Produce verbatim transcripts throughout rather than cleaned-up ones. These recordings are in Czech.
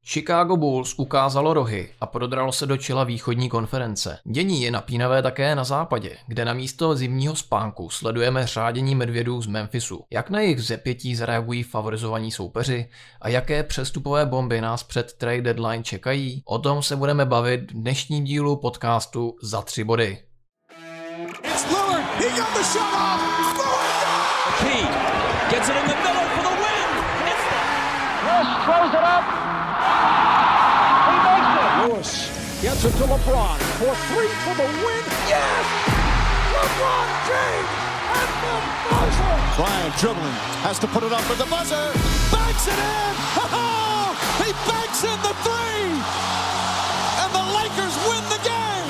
Chicago Bulls ukázalo rohy a prodralo se do čela východní konference. Dění je napínavé také na západě, kde na místo zimního spánku sledujeme řádění medvědů z Memphisu. Jak na jejich vzepětí zareagují favorizovaní soupeři a jaké přestupové bomby nás před trade deadline čekají? O tom se budeme bavit v dnešním dílu podcastu Za tři body. Gets it to LeBron for three for the win. Yes! LeBron James at the buzzer. Bryant dribbling, has to put it up for the buzzer. Banks it in. Oh, he banks in the three, and the Lakers win the game.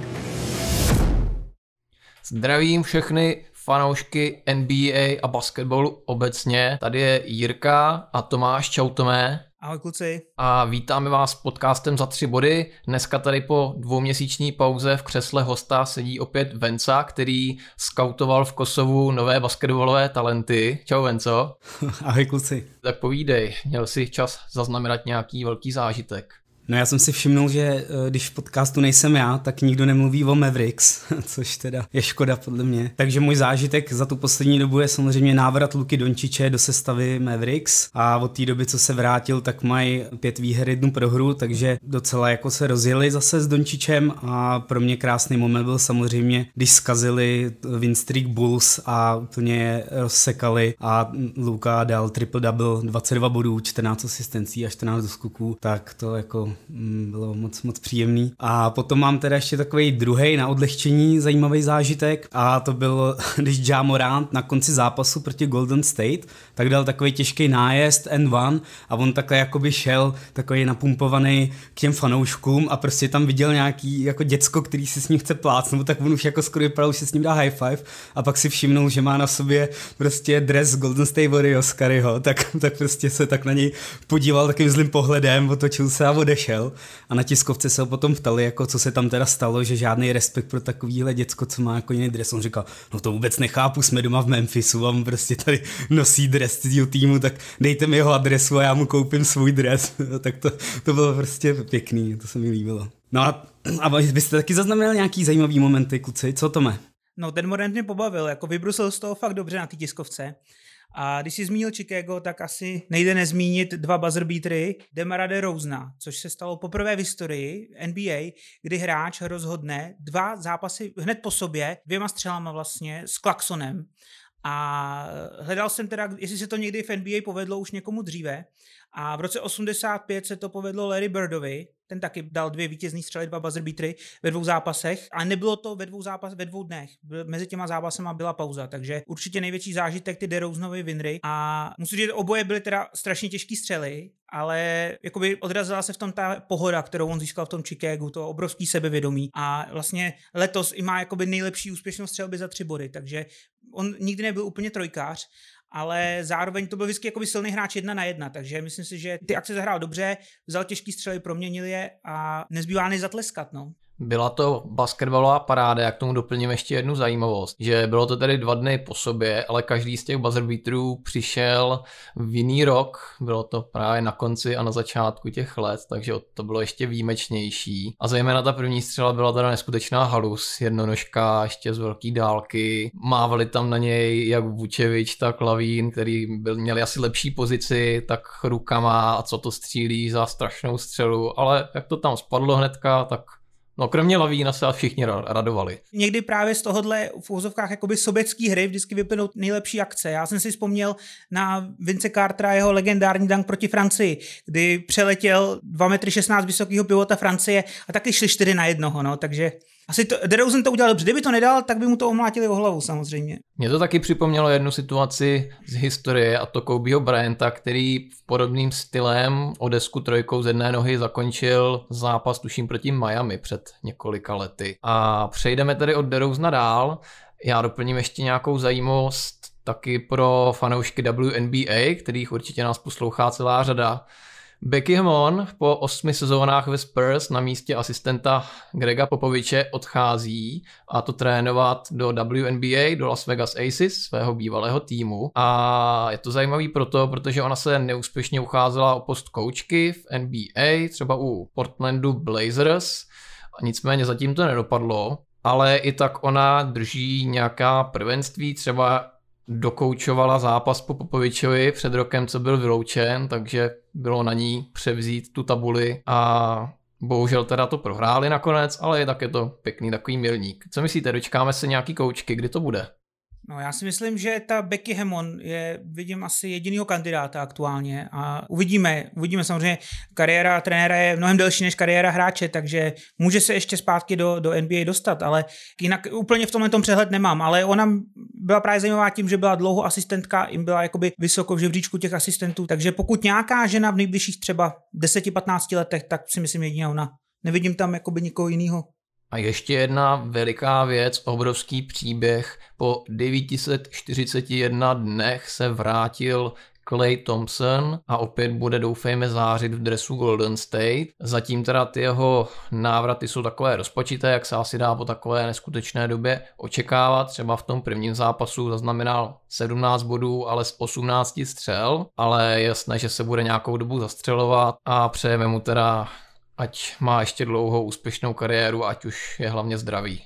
Zdravím všechny fanoušky N B A a basketbalu obecně. Tady je Jirka a Tomáš. Čau Tomé. Ahoj kluci. A vítáme vás s podcastem Za tři body. Dneska tady po dvouměsíční pauze v křesle hosta sedí opět Venca, který skautoval v Kosovu nové basketbalové talenty. Čau Venco. Ahoj kluci. Tak povídej, měl jsi čas zaznamenat nějaký velký zážitek? No já jsem si všimnul, že když v podcastu nejsem já, tak nikdo nemluví o Mavericks, což teda je škoda podle mě. Takže můj zážitek za tu poslední dobu je samozřejmě návrat Luky Dončiče do sestavy Mavericks a od té doby, co se vrátil, tak mají pět výher, jednu prohru, takže docela jako se rozjeli zase s Dončičem a pro mě krásný moment byl samozřejmě, když zkazili win streak Bulls a úplně je rozsekali a Luka dal triple-double, dvacet dva bodů, čtrnáct asistencí a čtrnáct doskoků, tak to jako bylo moc, moc příjemný. A potom mám teda ještě takový druhý na odlehčení zajímavý zážitek a to byl, když Ja Morant na konci zápasu proti Golden State, tak dal takový těžký nájezd and one a on takhle jakoby šel takový napumpovaný k těm fanouškům a prostě tam viděl nějaký jako děcko, který si s ním chce plácnout, tak on už jako skoro vypadal, že s ním dá high five a pak si všimnul, že má na sobě prostě dres Golden State Warriors Curryho, tak, tak prostě se tak na něj podíval takovým zlým pohledem, otočil se a odešel. A na tiskovce se ho potom ptali, jako co se tam teda stalo, že žádný respekt pro takovýhle děcko, co má jako jiný dres. On říkal, no to vůbec nechápu, jsme doma v Memphisu a on prostě tady nosí dres cizího týmu, tak dejte mi jeho adresu a já mu koupím svůj dres. Tak to, to bylo prostě pěkný, to se mi líbilo. No a, a byste taky zaznamenali nějaký zajímavý momenty, kluci, co to má? No ten Morant mě pobavil, jako vybrusil z toho fakt dobře na té tiskovce. A když jsi zmínil Chicago, tak asi nejde nezmínit dva buzzer beatery Demara DeRozana, což se stalo poprvé v historii N B A, kdy hráč rozhodne dva zápasy hned po sobě, dvěma střelama vlastně, s klaksonem. A hledal jsem teda, jestli se to někdy v N B A povedlo už někomu dříve. A v roce osmdesát pět se to povedlo Larry Birdovi, ten taky dal dvě vítězný střely, dva buzzer beatery ve dvou zápasech a nebylo to ve dvou zápasech, ve dvou dnech. Mezi těma zápasama byla pauza, takže určitě největší zážitek ty DeRozanovy winry a musím říct, že oboje byly teda strašně těžký střely, ale jakoby odrazila se v tom ta pohoda, kterou on získal v tom Chicagu, to obrovský sebevědomí a vlastně letos i má jakoby nejlepší úspěšnost střelby za tři body, takže on nikdy nebyl úplně trojkář, ale zároveň to byl vždycky jakoby silný hráč jedna na jedna, takže myslím si, že ty akce zahrál dobře, vzal těžký střely, proměnil je a nezbývá než zatleskat, no. Byla to basketbalová paráda, jak tomu doplním ještě jednu zajímavost, že bylo to tedy dva dny po sobě, ale každý z těch buzzer beaterů přišel v jiný rok, bylo to právě na konci a na začátku těch let, takže to bylo ještě výjimečnější. A zejména ta první střela byla teda neskutečná halus, jednonožka ještě z velké dálky, mávali tam na něj jak Vučevič, tak Lavín, který byl, měli asi lepší pozici, tak rukama a co to střílí za strašnou střelu, ale jak to tam spadlo hnedka, tak no kromě Lavína se všichni radovali. Někdy právě z tohohle v uvozovkách jakoby sobecký hry vždycky vyplynou nejlepší akce. Já jsem si vzpomněl na Vince Cartera, jeho legendární dunk proti Francii, kdy přeletěl dva metry šestnáct vysokýho pivota Francie a taky šli čtyři na jednoho, no, takže asi to, DeRozan to udělal dobře. Kdyby to nedal, tak by mu to omlátili o hlavu samozřejmě. Mě to taky připomnělo jednu situaci z historie a to Kobeho Bryanta, který v podobným stylem o desku trojkou z jedné nohy zakončil zápas tuším proti Miami před několika lety. A přejdeme tedy od DeRozana dál. Já doplním ještě nějakou zajímavost taky pro fanoušky W N B A, kterých určitě nás poslouchá celá řada. Becky Hammon po osmi sezónách ve Spurs na místě asistenta Grega Popoviče odchází, a to trénovat do W N B A, do Las Vegas Aces, svého bývalého týmu. A je to zajímavý proto, protože ona se neúspěšně ucházela o post koučky v N B A, třeba u Portlandu Blazers, a nicméně zatím to nedopadlo, ale i tak ona drží nějaká prvenství, třeba dokoučovala zápas po Popovičovi před rokem, co byl vyloučen, takže bylo na ní převzít tu tabuli a bohužel teda to prohráli nakonec, ale je tak je to pěkný takový milník. Co myslíte, dočkáme se nějaký koučky, kdy to bude? No, já si myslím, že ta Becky Hammon je, vidím, asi jedinýho kandidáta aktuálně a uvidíme, uvidíme samozřejmě, kariéra trenéra je mnohem delší než kariéra hráče, takže může se ještě zpátky do, do N B A dostat, ale jinak úplně v tomhle tom přehled nemám, ale ona byla právě zajímavá tím, že byla dlouho asistentka, jim byla jakoby vysoko v žebříčku těch asistentů, takže pokud nějaká žena v nejbližších třeba deset patnáct letech, tak si myslím jedině ona. Nevidím tam jakoby nikoho jiného. A ještě jedna veliká věc, obrovský příběh. Po devět set čtyřicet jedna dnech se vrátil Klay Thompson a opět bude, doufejme, zářit v dresu Golden State. Zatím teda ty jeho návraty jsou takové rozpočité, jak se asi dá po takové neskutečné době očekávat. Třeba v tom prvním zápasu zaznamenal sedmnáct bodů, ale z osmnácti střel, ale je jasné, že se bude nějakou dobu zastřelovat a přejeme mu teda, ať má ještě dlouhou úspěšnou kariéru, ať už je hlavně zdravý.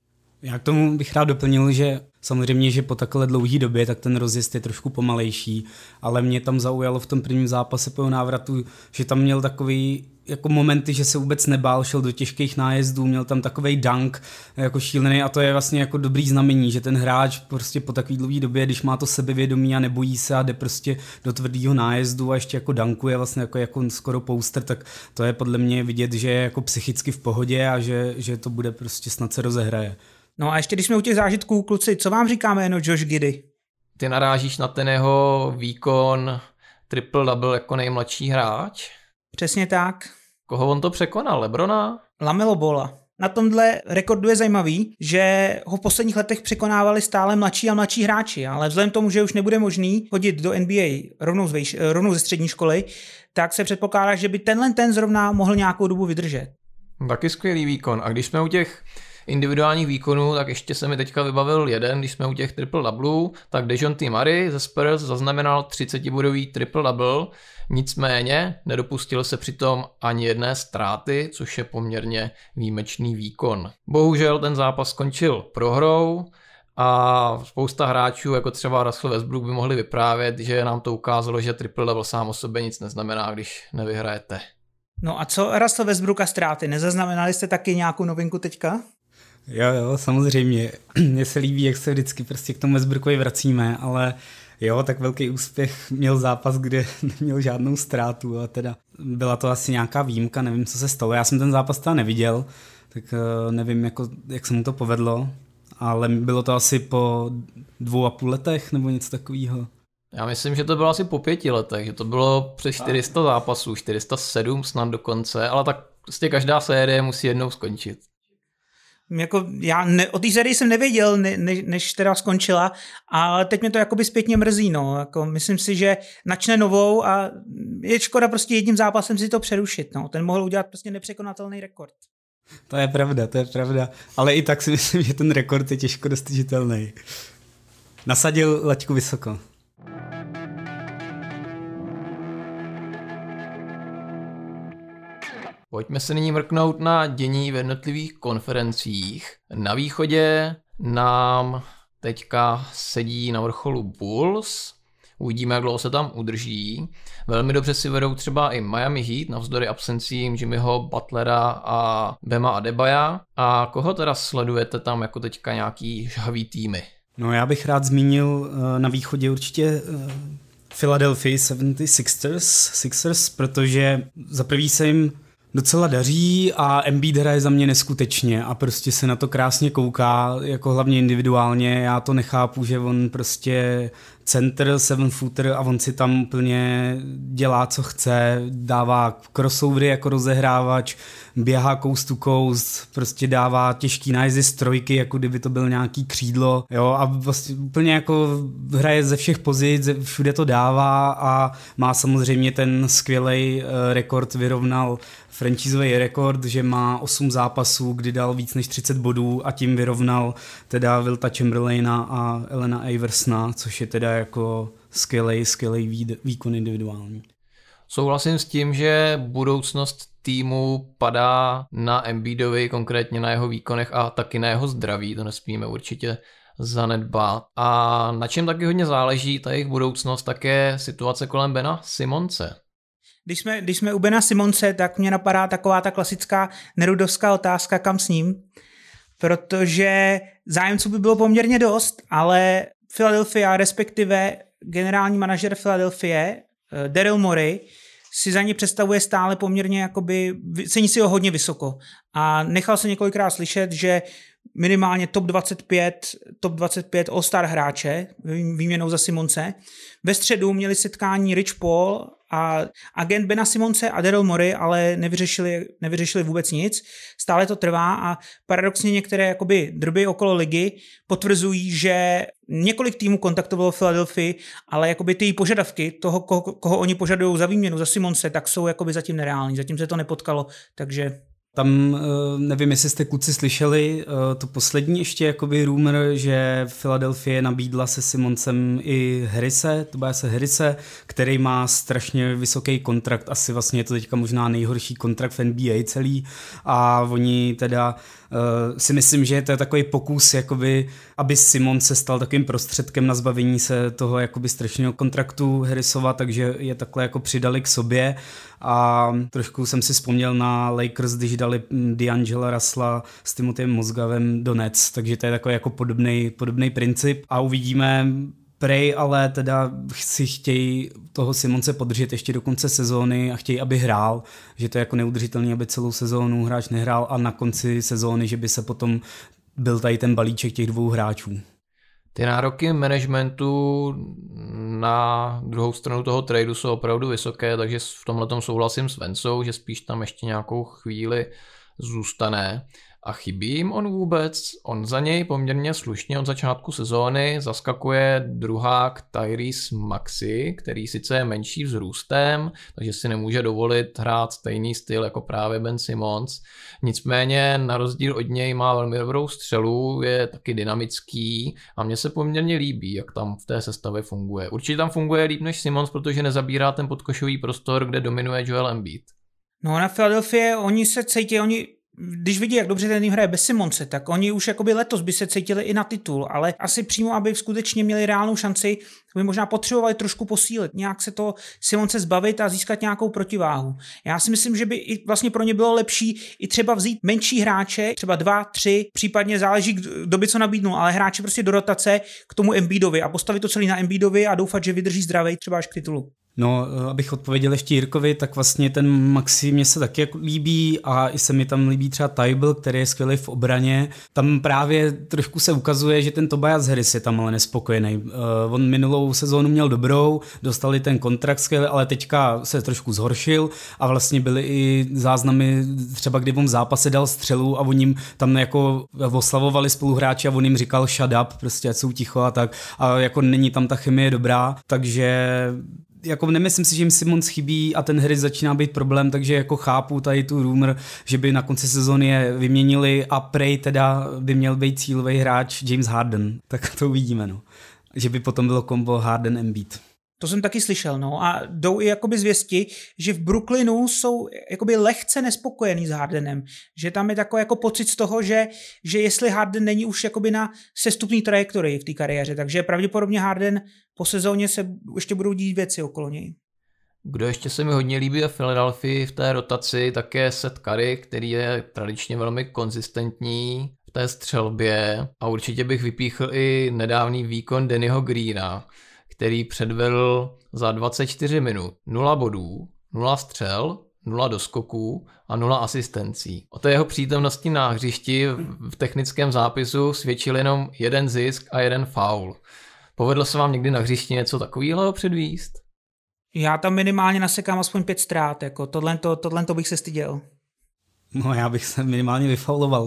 Já k tomu bych rád doplnil, že samozřejmě, že po takové dlouhé době tak ten rozjezd je trošku pomalejší, ale mě tam zaujalo v tom prvním zápase po jeho návratu, že tam měl takový jako momenty, že se vůbec nebál, šel do těžkých nájezdů, měl tam takovej dunk jako šílený a to je vlastně jako dobrý znamení, že ten hráč prostě po takové dlouhé době, když má to sebevědomí a nebojí se a jde prostě do tvrdého nájezdu a ještě jako dunkuje vlastně jako, jako skoro poster, tak to je podle mě vidět, že je jako psychicky v pohodě a že, že to bude prostě snad se rozehraje. No a ještě když jsme u těch zážitků, kluci, co vám říká jméno Josh Giddey? Ty narážíš na ten jeho výkon triple-double jako nejmladší hráč? Přesně tak. Koho on to překonal? LeBrona? LaMelo Balla. Na tomhle rekordu je zajímavý, že ho v posledních letech překonávali stále mladší a mladší hráči, ale vzhledem k tomu, že už nebude možný chodit do N B A rovnou, z vejš, rovnou ze střední školy, tak se předpokládá, že by tenhle ten zrovna mohl nějakou dobu vydržet. Taky skvělý výkon. A když jsme u těch individuálních výkonů, tak ještě se mi teďka vybavil jeden, když jsme u těch triple-double, tak Dejounte Murray ze Spurs zaznamenal třicetibodový triple-double, nicméně nedopustil se přitom ani jedné ztráty, což je poměrně výjimečný výkon. Bohužel ten zápas skončil prohrou a spousta hráčů, jako třeba Russell Westbrook, by mohli vyprávět, že nám to ukázalo, že triple-double sám o sobě nic neznamená, když nevyhrajete. No a co Russell Westbrook a ztráty? Nezaznamenali jste taky nějakou novinku teďka? Jo, jo, samozřejmě. Mně se líbí, jak se vždycky prostě k tomu Westbrookovi vracíme, ale jo, tak velký úspěch měl zápas, kde neměl žádnou ztrátu a teda byla to asi nějaká výjimka, nevím, co se stalo. Já jsem ten zápas teda neviděl, tak nevím, jako, jak se mu to povedlo, ale bylo to asi po dvou a půl letech nebo něco takového. Já myslím, že to bylo asi po pěti letech, že to bylo přes čtyři sta zápasů, čtyři sta sedm snad dokonce, ale tak prostě každá série musí jednou skončit. Jako já ne, o té sérii jsem nevěděl, ne, ne, než teda skončila, ale teď mě to jakoby zpětně mrzí, no. Jako myslím si, že načne novou a je škoda prostě jedním zápasem si to přerušit, no. Ten mohl udělat prostě nepřekonatelný rekord. To je pravda, to je pravda, ale i tak si myslím, že ten rekord je těžko dostižitelný. Nasadil laťku vysoko. Pojďme se nyní mrknout na dění v jednotlivých konferencích. Na východě nám teďka sedí na vrcholu Bulls. Uvidíme, jak dlouho se tam udrží. Velmi dobře si vedou třeba i Miami Heat, navzdory absencím Jimmyho Butlera a Bema Adebayo. A koho teda sledujete tam jako teďka nějaký žhavý týmy? No já bych rád zmínil na východě určitě Philadelphia sedmdesát šest Sixers, protože za prvý se jim docela daří a Embiid hraje za mě neskutečně a prostě se na to krásně kouká, jako hlavně individuálně. Já to nechápu, že on prostě center, seven footer a on si tam úplně dělá, co chce, dává crossovery jako rozehrávač, běhá coast to coast, prostě dává těžký nájezdy z trojky, jako kdyby to byl nějaký křídlo, jo, a vlastně úplně jako hraje ze všech pozic, všude to dává a má samozřejmě ten skvělej rekord, vyrovnal franchiseový rekord, že má osm zápasů, kdy dal víc než třicet bodů a tím vyrovnal teda Wilta Chamberlaina a Elena Iversona, což je teda jako skvělej, skvělej výkon individuální. Souhlasím s tím, že budoucnost týmu padá na Embiidovi, konkrétně na jeho výkonech a taky na jeho zdraví, to nesmíme určitě zanedbat. A na čem taky hodně záleží ta jejich budoucnost, tak je situace kolem Bena Simonse. Když jsme, když jsme u Bena Simonse, tak mě napadá taková ta klasická nerudovská otázka, kam s ním, protože zájemců by bylo poměrně dost, ale Philadelphia, respektive generální manažer Philadelphie, Daryl Morey, si za ně představuje stále poměrně, jakoby, cení si ho hodně vysoko. A nechal se několikrát slyšet, že minimálně top dvacet pět, top dvacet pět All-Star hráče výměnou za Simonse. Ve středu měli setkání Rich Paul a agent Bena Simonse a Daryl Morey, ale nevyřešili, nevyřešili vůbec nic. Stále to trvá a paradoxně některé jakoby drby okolo ligy potvrzují, že několik týmů kontaktovalo Philadelphia, ale jakoby ty požadavky toho, koho, koho oni požadují za výměnu za Simonse, tak jsou jakoby zatím nereální. Zatím se to nepotkalo, takže tam nevím, jestli jste kluci slyšeli to poslední ještě jakoby rumor, že Philadelphia nabídla se Simonsem i Harrise, Tobiase Harrise, který má strašně vysoký kontrakt, asi vlastně je to teďka možná nejhorší kontrakt v N B A celý a oni teda Uh, si myslím, že to je takový pokus, jakoby, aby Simon se stal takovým prostředkem na zbavení se toho jakoby strašného kontraktu Harrisova, takže je takhle jako přidali k sobě a trošku jsem si vzpomněl na Lakers, když dali D'Angela Russella s Timothyem Mozgavem do Nets, takže to je takový jako podobný, podobný princip a uvidíme. Prej ale teda si chtějí toho Simonse podržet ještě do konce sezóny a chtějí, aby hrál, že to je jako neudržitelný, aby celou sezónu hráč nehrál a na konci sezóny, že by se potom byl tady ten balíček těch dvou hráčů. Ty nároky managementu na druhou stranu toho tradu jsou opravdu vysoké, takže v tomhletom souhlasím s Vencou, že spíš tam ještě nějakou chvíli zůstane. A chybí jim on vůbec? On za něj poměrně slušně od začátku sezóny zaskakuje druhák Tyrese Maxey, který sice je menší vzrůstem, takže si nemůže dovolit hrát stejný styl jako právě Ben Simmons. Nicméně na rozdíl od něj má velmi dobrou střelu, je taky dynamický a mně se poměrně líbí, jak tam v té sestavě funguje. Určitě tam funguje líp než Simmons, protože nezabírá ten podkošový prostor, kde dominuje Joel Embiid. No na Philadelphia oni se cítí, oni když vidí, jak dobře ten tým hraje bez Simonse, tak oni už jakoby letos by se cítili i na titul, ale asi přímo, aby skutečně měli reálnou šanci, by možná potřebovali trošku posílit, nějak se to Simonse zbavit a získat nějakou protiváhu. Já si myslím, že by i vlastně pro ně bylo lepší i třeba vzít menší hráče, třeba dva, tři, případně záleží, kdo by co nabídnul, ale hráče prostě do rotace k tomu Embiidovi a postavit to celý na Embiidovi a doufat, že vydrží zdravej třeba až k titulu. No, abych odpověděl ještě Jirkovi, tak vlastně ten Maxi mě se taky líbí a i se mi tam líbí třeba Tybal, který je skvělý v obraně. Tam právě trošku se ukazuje, že ten Tobias Harris je tam ale nespokojený. Uh, on minulou sezónu měl dobrou, dostali ten kontrakt skvělý, ale teďka se trošku zhoršil a vlastně byly i záznamy třeba, kdy on v zápase dal střelu a oni jim tam jako oslavovali spoluhráči a on jim říkal shut up, prostě ať jsou ticho a tak a jako není tam ta chemie dobrá, takže jako nemyslím si, že jim Simons chybí a ten Harris začíná být problém, takže jako chápu tady tu rumor, že by na konci sezóny je vyměnili a prej teda by měl být cílový hráč James Harden. Tak to uvidíme, no. Že by potom bylo kombo Harden-Embiid. To jsem taky slyšel, no a jdou i jakoby zvěsti, že v Brooklynu jsou jakoby lehce nespokojení s Hardenem, že tam je takový jako pocit z toho, že, že jestli Harden není už jakoby na sestupný trajektorii v té kariéře, takže pravděpodobně Harden po sezóně se ještě budou dít věci okolo něj. Kdo ještě se mi hodně líbí v Philadelphii v té rotaci, tak je Seth Curry, který je tradičně velmi konzistentní v té střelbě a určitě bych vypíchl i nedávný výkon Dannyho Greena, který předvedl za dvacet čtyři minut nula bodů, nula střel, nula doskoků a nula asistencí. O té jeho přítomnosti na hřišti v technickém zápisu svědčil jenom jeden zisk a jeden faul. Povedlo se vám někdy na hřišti něco takového předvíst? Já tam minimálně nasekám aspoň pět ztrát, jako tohle to, tohle to bych se styděl. No já bych se minimálně vyfauloval.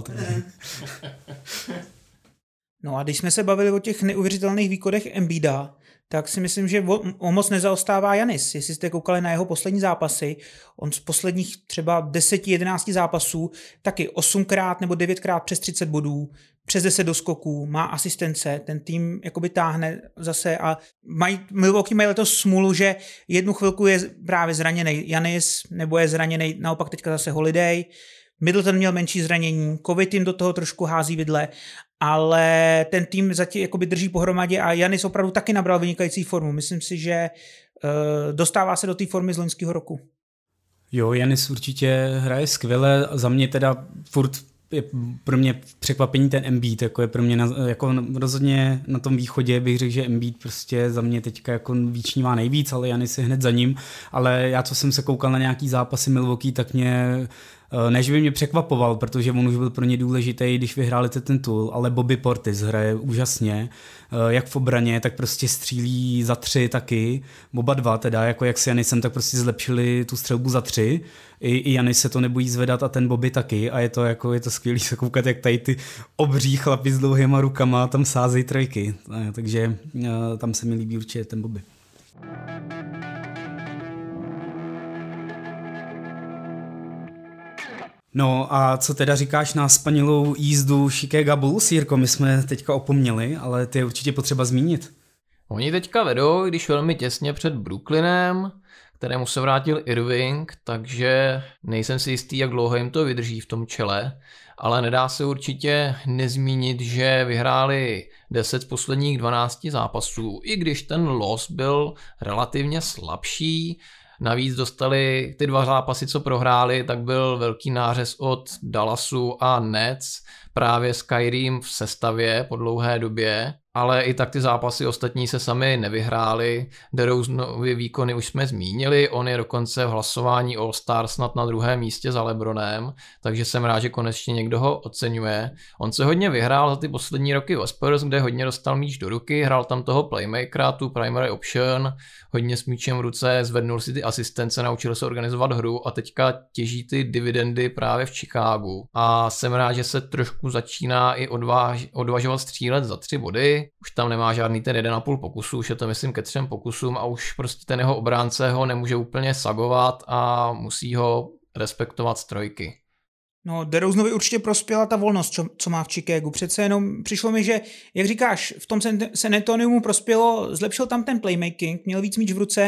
No a když jsme se bavili o těch neuvěřitelných výkonech Embiida, tak si myslím, že o, o moc nezaostává Janis. Jestli jste koukali na jeho poslední zápasy, on z posledních třeba deset jedenáct zápasů taky osmkrát nebo devětkrát přes třicet bodů, přes deset doskoků, má asistence, ten tým jakoby táhne zase a mají, Milwaukee mají letos smůlu, že jednu chvilku je právě zraněný Janis, nebo je zraněný naopak teďka zase Holiday, Middleton měl menší zranění, covid jim do toho trošku hází vidle, ale ten tým zatím jakoby drží pohromadě a Janis opravdu taky nabral vynikající formu. Myslím si, že uh, dostává se do té formy z loňského roku. Jo, Janis určitě hraje skvěle, za mě teda furt je pro mě překvapení ten Embiid, jako je pro mě na, jako rozhodně na tom východě bych řekl, že Embiid prostě za mě teďka jako výčnívá nejvíc, ale Janis je hned za ním, ale já co jsem se koukal na nějaký zápasy Milwaukee, tak mě ne, že by mě překvapoval, protože on už byl pro ně důležitý, když vyhráli ten titul, ale Bobby Portis hraje úžasně, jak v obraně, tak prostě střílí za tři taky, oba dva teda, jako jak s Janisem, tak prostě zlepšili tu střelbu za tři, i, i Janis se to nebojí zvedat a ten Bobby taky a je to jako, je to skvělý se koukat, jak tady ty obří chlapi s dlouhýma rukama tam sázejí trojky, takže tam se mi líbí určitě ten Bobby. No a co teda říkáš na spanilou jízdu Chicago Bulls, Jirko? My jsme teďka opomněli, ale ty je určitě potřeba zmínit. Oni teďka vedou, když velmi těsně před Brooklynem, kterému se vrátil Irving, takže nejsem si jistý, jak dlouho jim to vydrží v tom čele, ale nedá se určitě nezmínit, že vyhráli deset z posledních dvanácti zápasů, i když ten los byl relativně slabší. Navíc dostali ty dva zápasy, co prohráli, tak byl velký nářez od Dallasu a Nets, právě s Kyriem v sestavě po dlouhé době, ale i tak ty zápasy ostatní se sami nevyhráli. DeRozanovy výkony už jsme zmínili, on je dokonce v hlasování All-Star snad na druhém místě za LeBronem, takže jsem rád, že konečně někdo ho oceňuje. On se hodně vyhrál za ty poslední roky ve Spurs, kde hodně dostal míč do ruky, hrál tam toho playmakera, tu primary option, hodně s míčem v ruce, zvednul si ty asistence, naučil se organizovat hru a teďka těží ty dividendy právě v Chicagu. A jsem rád, že se trošku začíná i odváž, odvažovat střílet za tři body. Už tam nemá žádný ten jeden a půl pokusu, už je to myslím ke třem pokusům a už prostě ten jeho obránce ho nemůže úplně sagovat a musí ho respektovat z trojky. No, DeRozanovi určitě prospěla ta volnost, čo, co má v Chicagu. Přece jenom přišlo mi, že, jak říkáš, v tom San Antoniu mu prospělo, zlepšil tam ten playmaking, měl víc míč v ruce,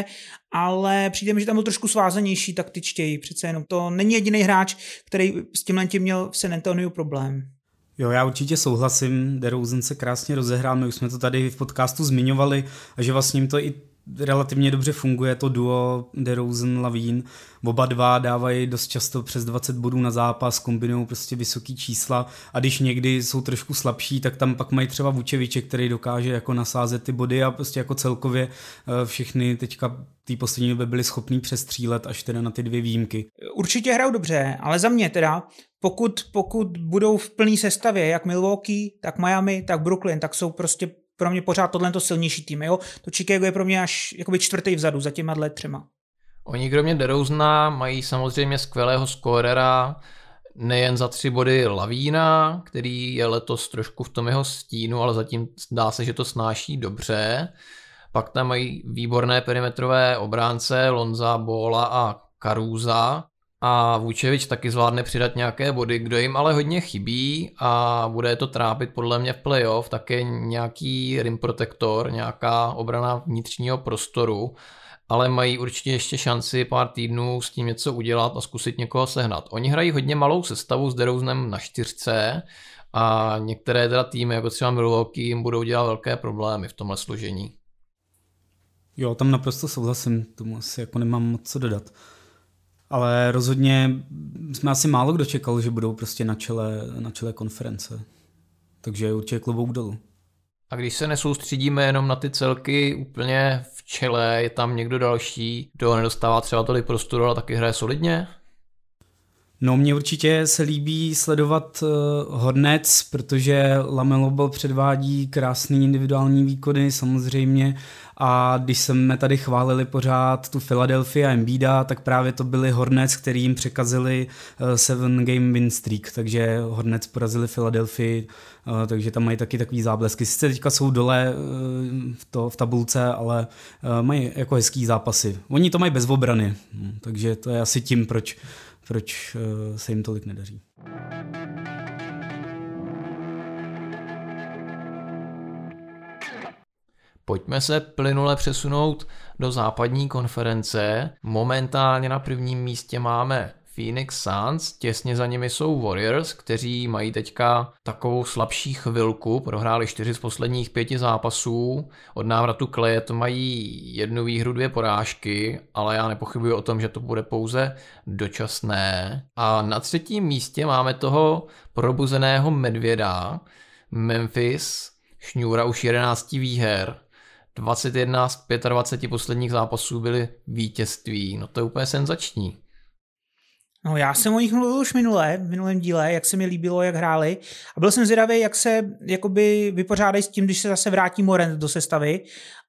ale přijde mi, že tam byl trošku svázanější, taktičtěji. Přece jenom to není jediný hráč, který s tímhle tím měl v San Antoniu problém. Jo, já určitě souhlasím, DeRozan se krásně rozehrál, my už jsme to tady v podcastu zmiňovali, a že vlastně jim to i relativně dobře funguje, to duo DeRozan-Lavine. Oba dva dávají dost často přes dvacet bodů na zápas, kombinují prostě vysoký čísla a když někdy jsou trošku slabší, tak tam pak mají třeba Vučeviče, který dokáže jako nasázet ty body a prostě jako celkově všechny teďka tý poslední době byli schopní přestřílet až teda na ty dvě výjimky. Určitě hrajou dobře, ale za mě teda, pokud, pokud budou v plné sestavě, jak Milwaukee, tak Miami, tak Brooklyn, tak jsou prostě pro mě pořád tohle silnější tým. Jo? To Chicago je pro mě až jakoby čtvrtý vzadu za těma dle třema. Oni kromě DeRozana mají samozřejmě skvělého skórera, nejen za tři body Lavína, který je letos trošku v tom jeho stínu, ale zatím dá se, že to snáší dobře. Pak tam mají výborné perimetrové obránce Lonza Balla a Carusa. A Vučevič taky zvládne přidat nějaké body, kdo jim ale hodně chybí a bude to trápit podle mě v playoff, také nějaký rim protector, nějaká obrana vnitřního prostoru, ale mají určitě ještě šanci pár týdnů s tím něco udělat a zkusit někoho sehnat. Oni hrají hodně malou sestavu s DeRozanem na čtyřce a některé teda týmy, jako třeba Milwaukee, jim budou dělat velké problémy v tomhle složení. Jo, tam naprosto souhlasím, tomu asi jako nemám moc co dodat. Ale rozhodně jsme asi málo kdo čekal, že budou prostě na čele, na čele konference. Takže určitě klobouk dolů. A když se nesoustředíme jenom na ty celky úplně v čele, je tam někdo další, kdo nedostává třeba tolik prostoru, ale taky hraje solidně? No, mně určitě se líbí sledovat uh, Hornets, protože LaMelo Ball předvádí krásný individuální výkony samozřejmě a když jsme tady chválili pořád tu Philadelphia a Embiida, tak právě to byli Hornets, který jim překazili uh, seven game win streak, takže Hornets porazili Philadelphia, uh, takže tam mají taky takový záblesky. Sice teďka jsou dole uh, v, to, v tabulce, ale uh, mají jako hezký zápasy. Oni to mají bez obrany, no, takže to je asi tím, proč proč se jim tolik nedaří. Pojďme se plynule přesunout do západní konference. Momentálně na prvním místě máme Phoenix Suns, těsně za nimi jsou Warriors, kteří mají teďka takovou slabší chvilku, prohráli čtyři z posledních pěti zápasů, od návratu Claye to mají jednu výhru, dvě porážky, ale já nepochybuji o tom, že to bude pouze dočasné. A na třetím místě máme toho probuzeného medvěda, Memphis, šňůra už jedenácti výher, dvacet jedna z dvaceti pěti posledních zápasů byly vítězství, no to je úplně senzační. No, já jsem o nich mluvil už minule, v minulém díle, jak se mi líbilo, jak hráli. A byl jsem zvědavý, jak se jakoby vypořádají s tím, když se zase vrátí Morant do sestavy.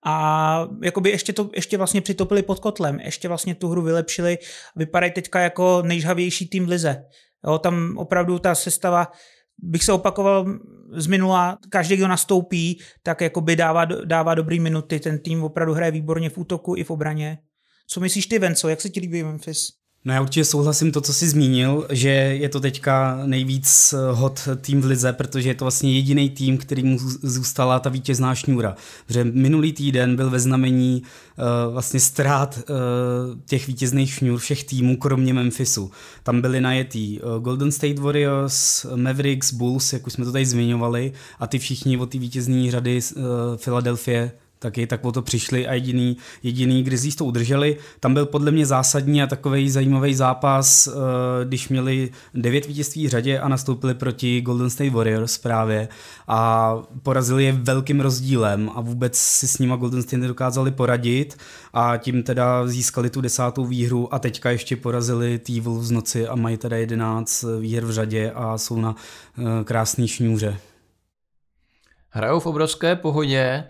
A jakoby ještě to ještě vlastně přitopili pod kotlem. Ještě vlastně tu hru vylepšili. Vypadají teďka jako nejžhavější tým v lize. Jo, tam opravdu ta sestava, bych se opakoval z minula, každý, kdo nastoupí, tak jakoby dává, dává dobrý minuty. Ten tým opravdu hraje výborně v útoku i v obraně. Co myslíš ty, Venco? Jak se ti líbí Memphis? No já určitě souhlasím to, co jsi zmínil, že je to teďka nejvíc hot tým v lize, protože je to vlastně jediný tým, který mu zůstala ta vítězná šňůra. Protože minulý týden byl ve znamení uh, vlastně ztrát uh, těch vítězných šňůr všech týmů, kromě Memphisu. Tam byli najetý uh, Golden State Warriors, Mavericks, Bulls, jak už jsme to tady zmiňovali, a ty všichni od ty vítězné řady uh, Philadelphia taky, tak o to přišli a jediný, jediný Grizzlies to udrželi. Tam byl podle mě zásadní a takovej zajímavý zápas, když měli devět vítězství v řadě a nastoupili proti Golden State Warriors právě a porazili je velkým rozdílem a vůbec si s nima Golden State nedokázali poradit a tím teda získali tu desátou výhru a teďka ještě porazili T-Wolves v noci a mají teda jedenáct výher v řadě a jsou na krásný šňůře. Hrajou v obrovské pohodě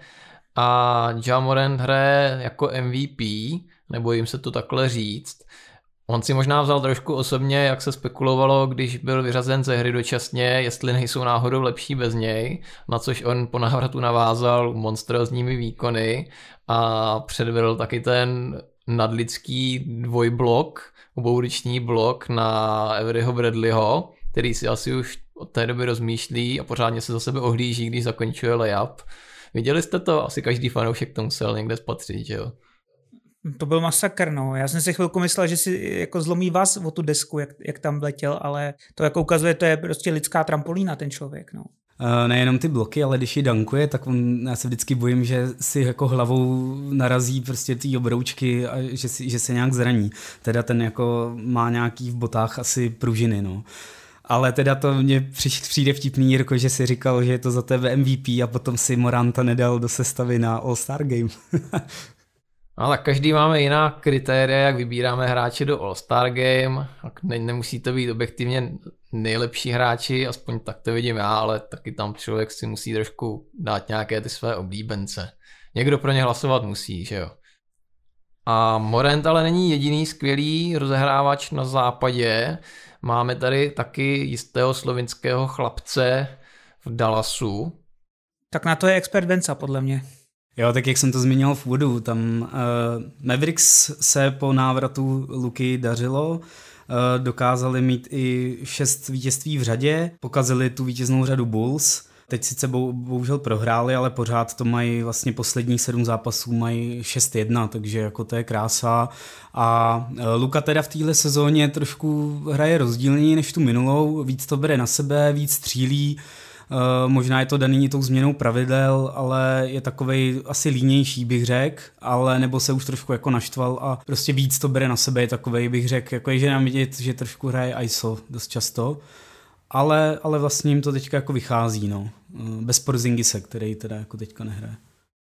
a Ja Morant hraje jako M V P, nebo jim se to takhle říct. On si možná vzal trošku osobně, jak se spekulovalo, když byl vyřazen ze hry dočasně, jestli nejsou náhodou lepší bez něj, na což on po návratu navázal monstrózními výkony a předvedl taky ten nadlidský dvojblok, obouliční blok na Averyho Bradleyho, který si asi už od té doby rozmýšlí a pořádně se za sebe ohlíží, když zakončuje layup. Viděli jste to? Asi každý fanoušek to musel někde spatřit, že jo? To byl masakr, no. Já jsem si chvilku myslel, že si jako zlomí vás o tu desku, jak, jak tam letěl, ale to jako ukazuje, to je prostě lidská trampolína, ten člověk, no. Uh, nejenom ty bloky, ale když ji dankuje, tak on, já se vždycky bojím, že si jako hlavou narazí prostě ty obroučky a že, si, že se nějak zraní. Teda ten jako má nějaký v botách asi pružiny, no. Ale teda to mě přijde vtipný, Jirko, že si říkal, že je to za tebe M V P a potom si Moranta nedal do sestavy na All-Star Game. No tak každý máme jiná kritéria, jak vybíráme hráče do All-Star Game. Ne, nemusí to být objektivně nejlepší hráči, aspoň tak to vidím já, ale taky tam člověk si musí trošku dát nějaké ty své oblíbence. Někdo pro ně hlasovat musí, že jo. A Morant ale není jediný skvělý rozehrávač na západě. Máme tady taky jistého slovinského chlapce v Dallasu. Tak na to je expert Venca, podle mě. Jo, tak jak jsem to zmínil v úvodu, tam uh, Mavericks se po návratu Luky dařilo, uh, dokázali mít i šest vítězství v řadě, pokazili tu vítěznou řadu Bulls. Teď sice bohužel prohráli, ale pořád to mají vlastně posledních sedm zápasů mají šest jedna, takže jako to je krása. A Luka teda v téhle sezóně trošku hraje rozdílněji než tu minulou, víc to bere na sebe, víc střílí. Možná je to daný tou změnou pravidel, ale je takovej asi línější, bych řekl, ale nebo se už trošku jako naštval a prostě víc to bere na sebe, je takovej, bych řekl, jako je, že nám vidět, že trošku hraje I S O dost často. Ale, ale vlastně jim to teďka jako vychází, no. Bez Porzingise, který teda jako teďka nehraje.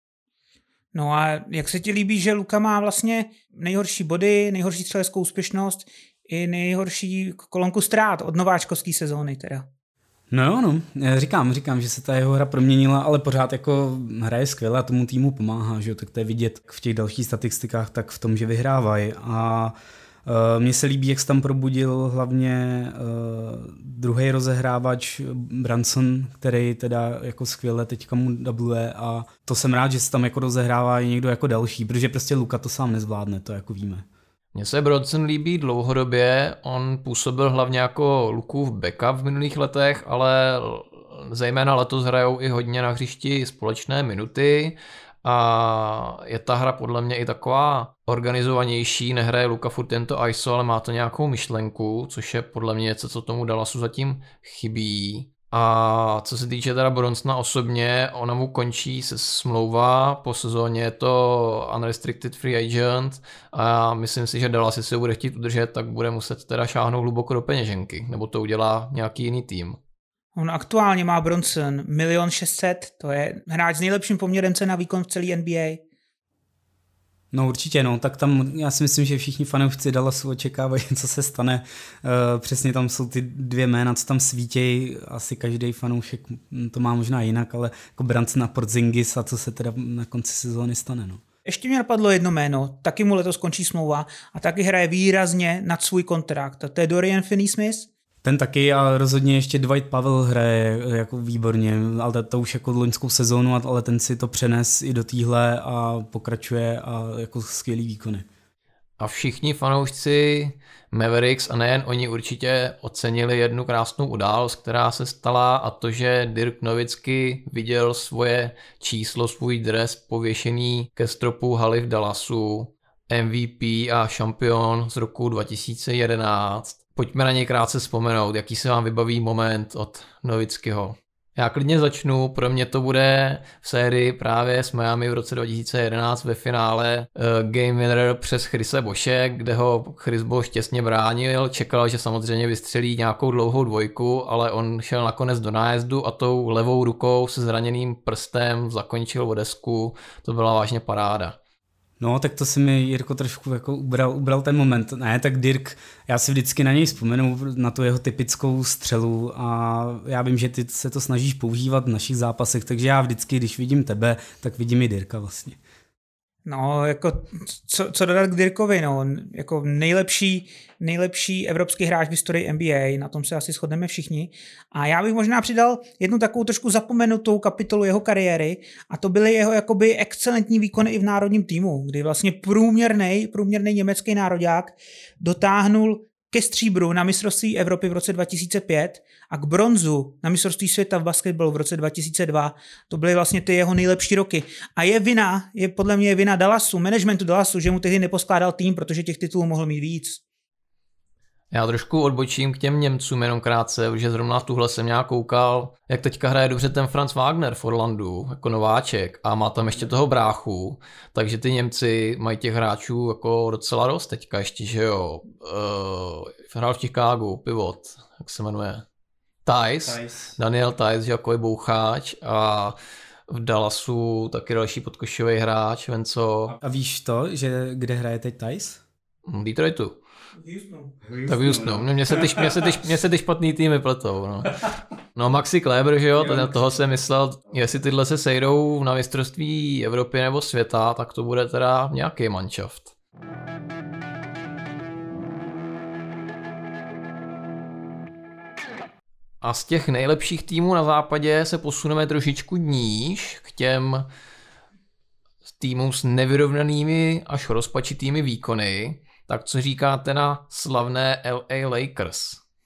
No a jak se ti líbí, že Luka má vlastně nejhorší body, nejhorší střeleckou úspěšnost, i nejhorší kolonku ztrát od nováčkovské sezóny teda. No jo, no, říkám, říkám, že se ta jeho hra proměnila, ale pořád jako hraje skvěle a tomu týmu pomáhá, že jo, tak to je vidět v těch dalších statistikách, tak v tom, že vyhrávají. A uh, mně se líbí, jak se tam probudil hlavně uh, druhý rozehrávač Brunson, který teda jako skvěle teďka mu dubluje a to jsem rád, že se tam jako rozehrává i někdo jako další, protože prostě Luka to sám nezvládne, to jako víme. Mně se Bronson líbí dlouhodobě, on působil hlavně jako Lukův backup v minulých letech, ale zejména letos hrajou i hodně na hřišti společné minuty a je ta hra podle mě i taková organizovanější, nehraje Luka furt tento I S O, ale má to nějakou myšlenku, což je podle mě něco, co tomu Dallasu zatím chybí. A co se týče teda Bronsona osobně, ona mu končí se smlouva, po sezóně je to unrestricted free agent a myslím si, že Dallas, jestli ho bude chtít udržet, tak bude muset teda šáhnout hluboko do peněženky, nebo to udělá nějaký jiný tým. On aktuálně má Bronson milion šest set, to je hráč s nejlepším poměrem cena výkon v celé N B A. No určitě, no, tak tam já si myslím, že všichni fanoušci Dallasu očekávají, co se stane. Uh, přesně tam jsou ty dvě jména, co tam svítějí, asi každý fanoušek to má možná jinak, ale jako Brunson a Porzingis a co se teda na konci sezóny stane, no. Ještě mě napadlo jedno jméno, taky mu letos končí smlouva a taky hraje výrazně nad svůj kontrakt, a to je Dorian Finney-Smith. Ten taky a rozhodně ještě Dwight Powell hraje jako výborně, ale to už jako loňskou sezónu, ale ten si to přenes i do týhle a pokračuje a jako skvělý výkony. A všichni fanoušci Mavericks a nejen oni určitě ocenili jednu krásnou událost, která se stala, a to, že Dirk Nowitzki viděl svoje číslo, svůj dres pověšený ke stropu haly v Dallasu, M V P a šampion z roku dva tisíce jedenáct. Pojďme na něj krátce vzpomenout, jaký se vám vybaví moment od Nowitzkiho. Já klidně začnu, pro mě to bude v sérii právě s Miami v roce dva tisíce jedenáct ve finále uh, Game Winner přes Chrise Boshe, kde ho Chris Bosh těsně bránil, čekal, že samozřejmě vystřelí nějakou dlouhou dvojku, ale on šel nakonec do nájezdu a tou levou rukou se zraněným prstem zakončil o desku, to byla vážně paráda. No, tak to si mi, Jirko, trošku jako ubral, ubral ten moment. Ne, tak Dirk, já si vždycky na něj vzpomenu, na tu jeho typickou střelu a já vím, že ty se to snažíš používat v našich zápasech, takže já vždycky, když vidím tebe, tak vidím i Dirka vlastně. No, jako co, co dodat k Dirkovi, no, jako nejlepší, nejlepší evropský hráč v historii N B A, na tom se asi shodneme všichni. A já bych možná přidal jednu takovou trošku zapomenutou kapitolu jeho kariéry a to byly jeho jakoby excelentní výkony i v národním týmu, kdy vlastně průměrnej, průměrnej německý nároďák dotáhnul ke stříbru na mistrovství Evropy v roce dva tisíce pět a k bronzu na mistrovství světa v basketbalu v roce dva tisíce dva. To byly vlastně ty jeho nejlepší roky. A je vina, je podle mě vina Dallasu, managementu Dallasu, že mu tehdy neposkládal tým, protože těch titulů mohl mít víc. Já trošku odbočím k těm Němcům jenom krátce, protože zrovna v tuhle jsem nějak koukal, jak teďka hraje dobře ten Franz Wagner v Orlandu, jako nováček, a má tam ještě toho bráchu, takže ty Němci mají těch hráčů jako docela dost teďka ještě, že jo. Uh, hrál v Chicagu, pivot, jak se jmenuje? Tice, Tice. Daniel Tice, že jako je boucháč, a v Dallasu taky další podkošový hráč, Venco. A víš to, že kde hraje teď Tice? V Detroitu. Tak Houstonu. Mně se ty, mě se ty, mě se ty špatný týmy pletou. No, no Maxi Kleber, že jo, ten, toho jsem myslel, jestli tyhle se sejdou na mistrovství Evropy nebo světa, tak to bude teda nějaký manšaft. A z těch nejlepších týmů na západě se posuneme trošičku níž k těm týmům s nevyrovnanými až rozpačitými výkony. Tak co říkáte na slavné L A Lakers?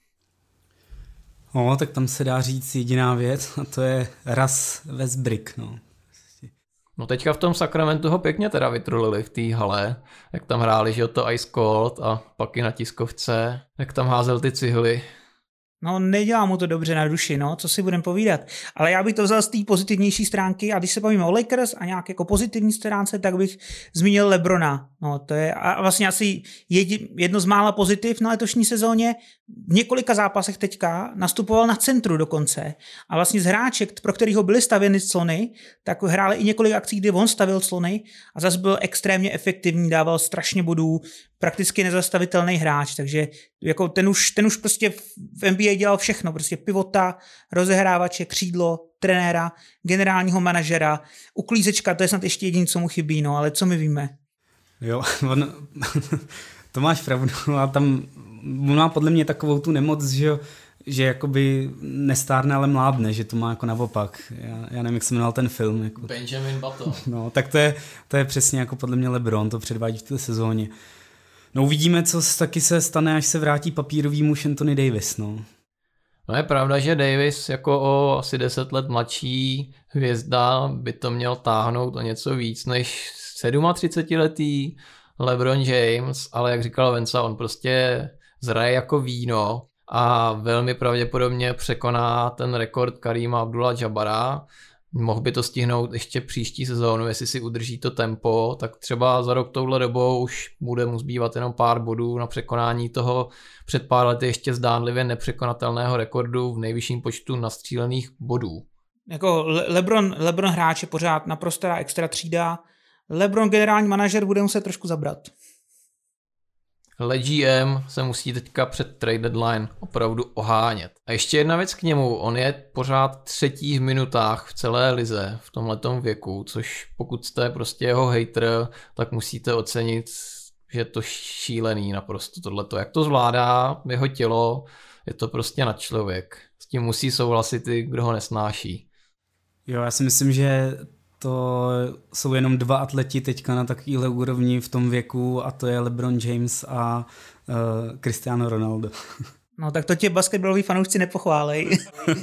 No, tak tam se dá říct jediná věc a to je Russ Westbrook, no. No teďka v tom Sacramentu ho pěkně teda vytrolili v té hale, jak tam hráli, že to Ice Cold a pak i na tiskovce, jak tam házel ty cihly. No, nedělá mu to dobře na duši, no, co si budem povídat. Ale já bych to vzal z té pozitivnější stránky a když se bavíme o Lakers a nějak jako pozitivní stránce, tak bych zmínil LeBrona. No, to je a vlastně asi jedno z mála pozitiv na letošní sezóně. v několika zápasech teďka nastupoval na centru dokonce a vlastně z hráček, pro kterýho byly stavěny clony, tak hráli i několik akcí, kdy on stavil clony a zase byl extrémně efektivní, dával strašně bodů, prakticky nezastavitelný hráč, takže jako ten už, ten už prostě v N B A dělal všechno, prostě pivota, rozehrávače, křídlo, trenéra, generálního manažera, uklízečka, to je snad ještě jediné, co mu chybí, no, ale co my víme? Jo, on, to máš pravdu, a tam on má podle mě takovou tu nemoc, že, že jakoby nestárne, ale mládne, že to má jako naopak. Já, já nevím, jak se jmenoval ten film. Jako. Benjamin Button. No, tak to je, to je přesně jako podle mě LeBron, to předvádí v té sezóně. No uvidíme, co taky se stane, až se vrátí papírový muž Anthony Davis, no. No je pravda, že Davis jako o asi deset let mladší hvězda by to měl táhnout o něco víc než třicetisedmiletý LeBron James, ale jak říkal Venca, on prostě zraje jako víno a velmi pravděpodobně překoná ten rekord Kareema Abdul-Jabbara. Mohl by to stihnout ještě příští sezónu, jestli si udrží to tempo, tak třeba za rok touhle dobou už bude mu zbývat jenom pár bodů na překonání toho před pár lety ještě zdánlivě nepřekonatelného rekordu v nejvyšším počtu nastřílených bodů. Jako Le- LeBron, LeBron hráč je pořád naprostá extra třída, LeBron generální manažer bude muset trošku zabrat. Le G M se musí teďka před trade deadline opravdu ohánět. A ještě jedna věc k němu, on je pořád třetí v minutách v celé lize v tomhletom věku, což pokud jste prostě jeho hater, tak musíte ocenit, že je to šílený naprosto tohleto. Jak to zvládá jeho tělo, je to prostě nad člověk. S tím musí souhlasit i kdo ho nesnáší. Jo, já si myslím, že to jsou jenom dva atleti teďka na takovýhle úrovni v tom věku a to je LeBron James a uh, Cristiano Ronaldo. No tak to tě basketbaloví fanoušci nepochválej.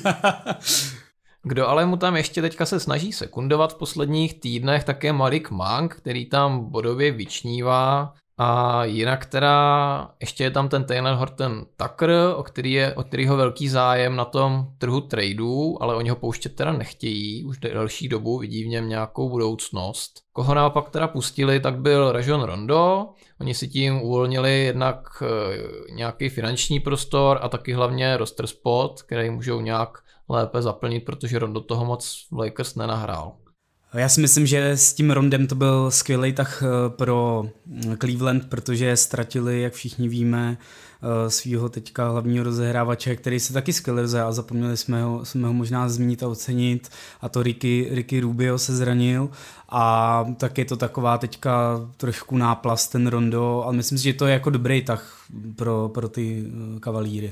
Kdo ale mu tam ještě teďka se snaží sekundovat v posledních týdnech, tak je Malik Monk, který tam bodově vyčnívá. A jinak teda ještě je tam ten Taylor Horton Tucker, o, který je, o kterýho velký zájem na tom trhu tradeů, ale oni ho pouštět teda nechtějí, už delší dobu vidí v něm nějakou budoucnost. Koho naopak teda pustili, tak byl Rajon Rondo, oni si tím uvolnili jednak e, nějaký finanční prostor a taky hlavně roster spot, který můžou nějak lépe zaplnit, protože Rondo toho moc v Lakers nenahrál. Já si myslím, že s tím Rondem to byl skvělý tah pro Cleveland, protože ztratili, jak všichni víme, svýho teďka hlavního rozehrávače, který se taky skvěle rozehrál a zapomněli jsme ho, jsme ho možná zmínit a ocenit, a to Ricky, Ricky Rubio se zranil a tak je to taková teďka trošku náplast ten Rondo, ale myslím si, že to je jako dobrý tah pro, pro ty Kavalíry.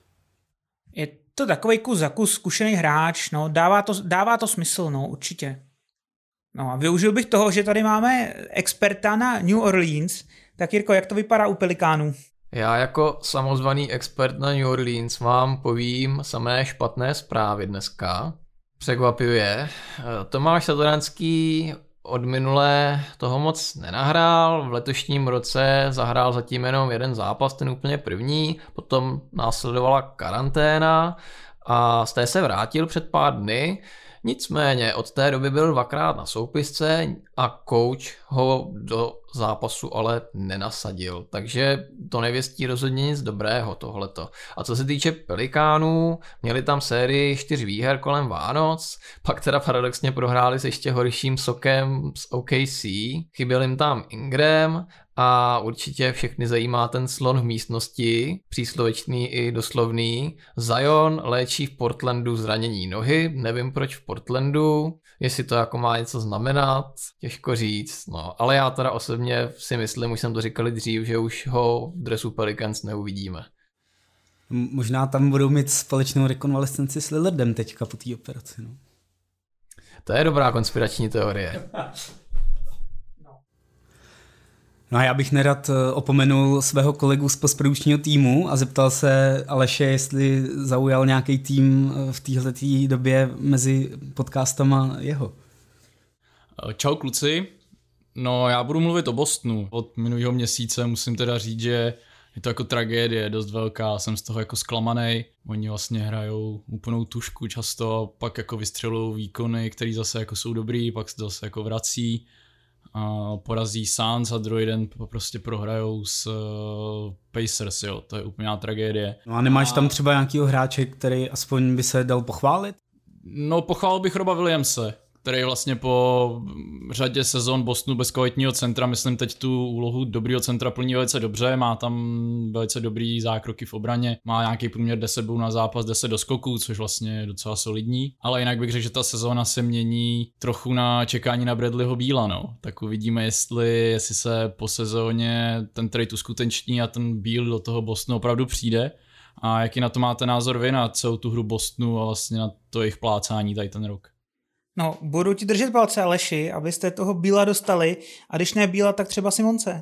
Je to takovej kus za kus zkušený hráč, no, dává to, dává to smysl, no, určitě. No a využil bych toho, že tady máme experta na New Orleans, tak Jirko, jak to vypadá u Pelikánů? Já jako samozvaný expert na New Orleans vám povím samé špatné zprávy dneska. Překvapivě. Tomáš Satoranský od minulé toho moc nenahrál, v letošním roce zahrál zatím jenom jeden zápas, ten úplně první, potom následovala karanténa a z té se vrátil před pár dny. Nicméně od té doby byl dvakrát na soupisce a coach ho do zápasu ale nenasadil, takže to nevěstí rozhodně nic dobrého tohleto. A co se týče Pelikánů, měli tam sérii čtyř výher kolem Vánoc, pak teda paradoxně prohráli s ještě horším sokem z O K C, chyběl jim tam Ingram a určitě všechny zajímá ten slon v místnosti, příslovečný i doslovný. Zion léčí v Portlandu zranění nohy, nevím proč v Portlandu, jestli to jako má něco znamenat, těžko říct, no, ale já teda osobně si myslím, už jsem to říkali dřív, že už ho v dresu Pelicans neuvidíme. Možná tam budou mít společnou rekonvalescenci s Lillardem teďka po té operaci, no. To je dobrá konspirační teorie. No a já bych nerad opomenul svého kolegu z postprodukčního týmu a zeptal se Aleše, jestli zaujal nějaký tým v téhleté době mezi podcastama jeho. Čau kluci, no já budu mluvit o Bostonu. Od minulého měsíce musím teda říct, že je to jako tragédie dost velká, jsem z toho jako zklamanej. Oni vlastně hrajou úplnou tušku často, pak jako vystřelují výkony, které zase jako jsou dobrý, pak se zase jako vrací. a porazí Suns a druhý den prostě prohrajou s uh, Pacers, jo, to je úplná tragédie. No a nemáš a... tam třeba nějakýho hráče, který aspoň by se dal pochválit? No pochválil bych Roba Williamse, který vlastně po řadě sezon Bostonu bez kvalitního centra, myslím teď tu úlohu dobrýho centra plní velice dobře, má tam velice dobrý zákroky v obraně, má nějaký průměr deset bodů na zápas, deset do skoků, což vlastně je docela solidní, ale jinak bych řekl, že ta sezóna se mění trochu na čekání na Bradleyho Beala, no. Tak uvidíme, jestli, jestli se po sezóně ten trade uskuteční a ten Beal do toho Bostonu opravdu přijde. A jaký na to máte názor vy na celou tu hru Bostonu a vlastně na to jejich plácání tady ten rok? No, budu ti držet palce, Aleši, abyste toho Bíla dostali, a když ne Bíla, tak třeba Simonce.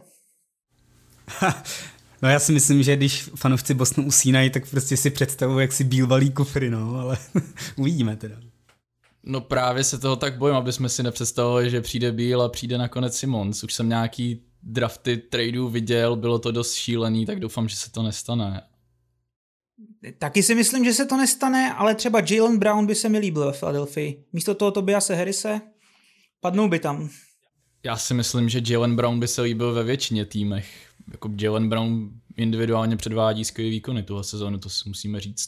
No já si myslím, že když fanoušci Bostonu usínají, tak prostě si představují, jak si Bíl valí kufry, no, ale uvidíme teda. No právě se toho tak bojím, aby jsme si nepředstavovali, že přijde Bíl a přijde nakonec Simons. Už jsem nějaký drafty tradeů viděl, bylo to dost šílený, tak doufám, že se to nestane. Taky si myslím, že se to nestane, ale třeba Jaylen Brown by se mi líbil ve Philadelphii. Místo toho Tobiase Harrise padnou by tam. Já si myslím, že Jaylen Brown by se líbil ve většině týmech. Jako Jaylen Brown individuálně předvádí skvělý výkony tuhle sezónu, to si musíme říct.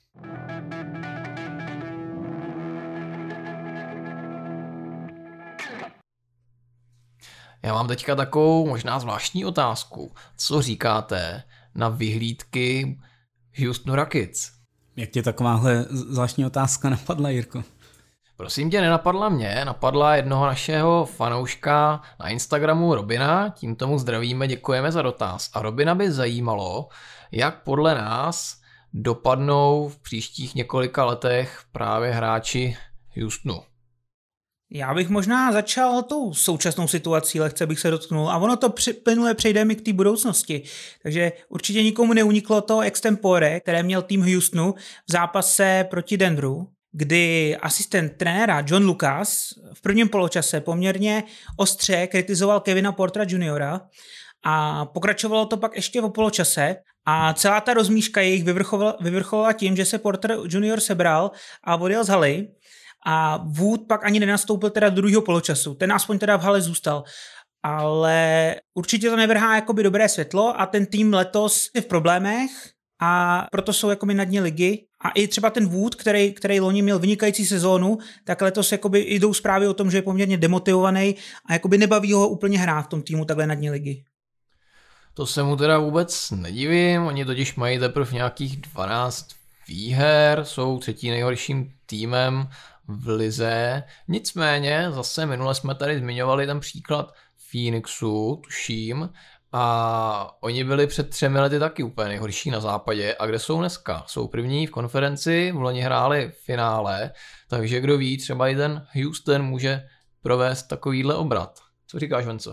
Já mám teďka takovou možná zvláštní otázku. Co říkáte na vyhlídky Houstonu Rockets? Jak tě takováhle zvláštní otázka napadla, Jirko? Prosím tě, nenapadla mě, napadla jednoho našeho fanouška na Instagramu Robina, tím tomu zdravíme, děkujeme za dotaz. A Robina by zajímalo, jak podle nás dopadnou v příštích několika letech právě hráči Houstonu. Já bych možná začal tou současnou situací, lehce bych se dotknul, a ono to plynule přejde mi k té budoucnosti. Takže určitě nikomu neuniklo to extempore, které měl tým Houstonu v zápase proti Denveru, kdy asistent trenéra John Lucas v prvním poločase poměrně ostře kritizoval Kevina Portera juniora a pokračovalo to pak ještě v poločase a celá ta rozmíška jejich vyvrcholila tím, že se Porter junior sebral a odjel z haly. A Wood pak ani nenastoupil teda do druhého poločasu. Ten aspoň teda v hale zůstal. Ale určitě to nevrhá jakoby dobré světlo a ten tým letos je v problémech a proto jsou jakoby na dně ligy. A i třeba ten Wood, který, který loni měl vynikající sezónu, tak letos jakoby jdou zprávy o tom, že je poměrně demotivovaný a jakoby nebaví ho úplně hrát v tom týmu takhle na dně ligy. To se mu teda vůbec nedivím, oni totiž mají teprve nějakých dvanáct výher, jsou třetí nejhorším týmem v lize. Nicméně zase minule jsme tady zmiňovali ten příklad Phoenixu, tuším, a oni byli před třemi lety taky úplně nejhorší na západě. A kde jsou dneska? Jsou první v konferenci, v loni hráli v finále, takže kdo ví, třeba i ten Houston může provést takovýhle obrat. Co říkáš, Venco?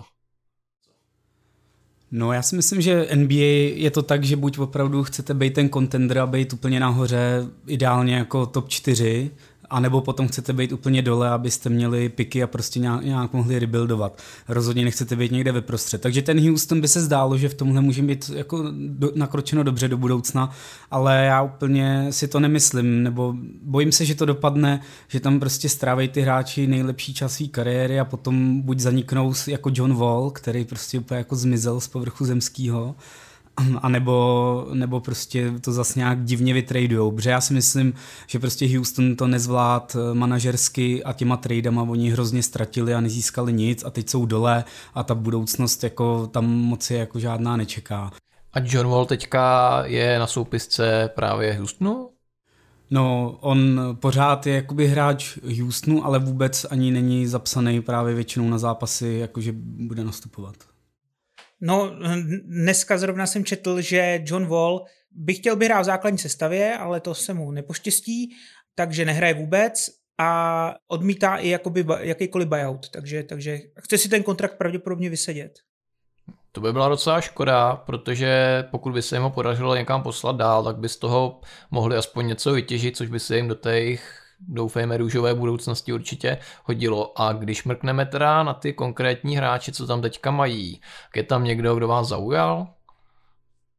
No já si myslím, že N B A je to tak, že buď opravdu chcete být ten contender a být úplně nahoře, ideálně jako top čtyři, anebo potom chcete být úplně dole, abyste měli piky a prostě nějak, nějak mohli rebuildovat. Rozhodně nechcete být někde vyprostřed. Takže ten Houston by se zdálo, že v tomhle může být jako do, nakročeno dobře do budoucna, ale já úplně si to nemyslím, nebo bojím se, že to dopadne, že tam prostě strávejí ty hráči nejlepší čas svý kariéry a potom buď zaniknou jako John Wall, který prostě úplně jako zmizel z povrchu zemského, a nebo, nebo prostě to zase nějak divně vytradujou, protože já si myslím, že prostě Houston to nezvlád manažersky a těma tradama oni hrozně ztratili a nezískali nic a teď jsou dole a ta budoucnost jako tam moc je jako žádná nečeká. A John Wall teďka je na soupisce právě Houstonu? No, on pořád je jakoby hráč Houstonu, ale vůbec ani není zapsaný právě většinou na zápasy, jakože bude nastupovat. No, dneska zrovna jsem četl, že John Wall by chtěl by hrát v základní sestavě, ale to se mu nepoštěstí, takže nehraje vůbec a odmítá i jakoby jakýkoliv buyout, takže, takže chce si ten kontrakt pravděpodobně vysedět. To by byla docela škoda, protože pokud by se jim ho podařilo někam poslat dál, tak by z toho mohli aspoň něco vytěžit, což by se jim do té jejich, doufejme, růžové budoucnosti určitě hodilo. A když mrkneme teda na ty konkrétní hráči, co tam teďka mají, je tam někdo, kdo vás zaujal?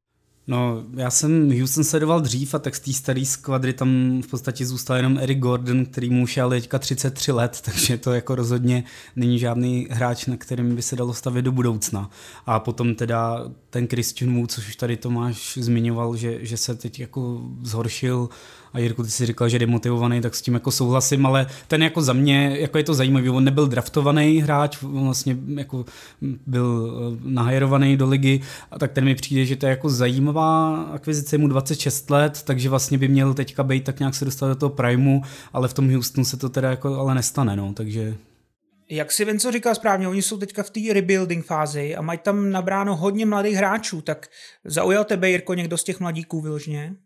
No, já jsem Houston sledoval dřív a tak z té staré skvadry tam v podstatě zůstal jenom Eric Gordon, který mu už je ale teďka třicet tři let, takže to jako rozhodně není žádný hráč, na kterým by se dalo stavět do budoucna. A potom teda ten Christian Wood, což už tady Tomáš zmiňoval, že, že se teď jako zhoršil a Jirku, ty si říkal, že je demotivovaný, tak s tím jako souhlasím, ale ten jako za mě, jako je to zajímavý, on nebyl draftovaný hráč, vlastně jako byl nahajrovaný do ligy, a tak ten mi přijde, že to je jako zajímavá akvizice, mu dvacet šest let, takže vlastně by měl teďka být tak nějak se dostat do toho primu, ale v tom Houstonu se to teda jako ale nestane, no, takže... Jak si Venco říkal správně, oni jsou teďka v té rebuilding fázi a mají tam nabráno hodně mladých hráčů, tak zaujal tebe, Jirko, někdo z těch mladíků vyloženě?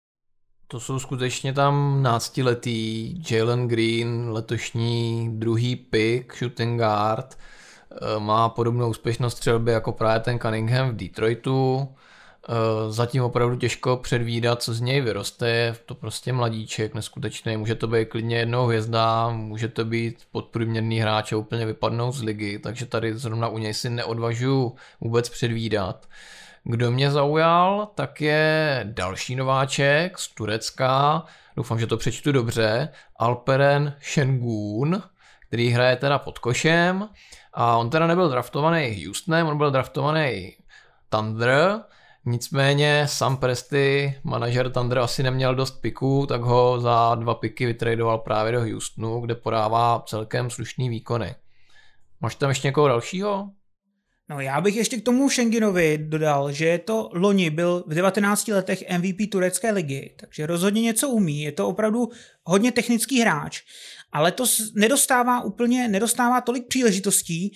To jsou skutečně tam náctiletý Jalen Green, letošní druhý pick, shooting guard, má podobnou úspěšnost střelby jako právě ten Cunningham v Detroitu. Zatím opravdu těžko předvídat, co z něj vyroste, je to prostě mladíček neskutečný, může to být klidně jednou hvězda, může to být podprůměrný hráč a úplně vypadnout z ligy, takže tady zrovna u něj si neodvažuji vůbec předvídat. Kdo mě zaujal, tak je další nováček z Turecka, doufám, že to přečtu dobře, Alperen Şengün, který hraje teda pod košem a on teda nebyl draftovaný Houstonem, on byl draftovaný Thunder, nicméně Sam Presti, manažer Thunder, asi neměl dost piků, tak ho za dva piky vytradoval právě do Houstonu, kde podává celkem slušný výkony. Máš tam ještě někoho dalšího? No já bych ještě k tomu Şengünovi dodal, že je to loni byl v devatenácti letech M V P turecké ligy, takže rozhodně něco umí, je to opravdu hodně technický hráč, ale to nedostává úplně, nedostává tolik příležitostí,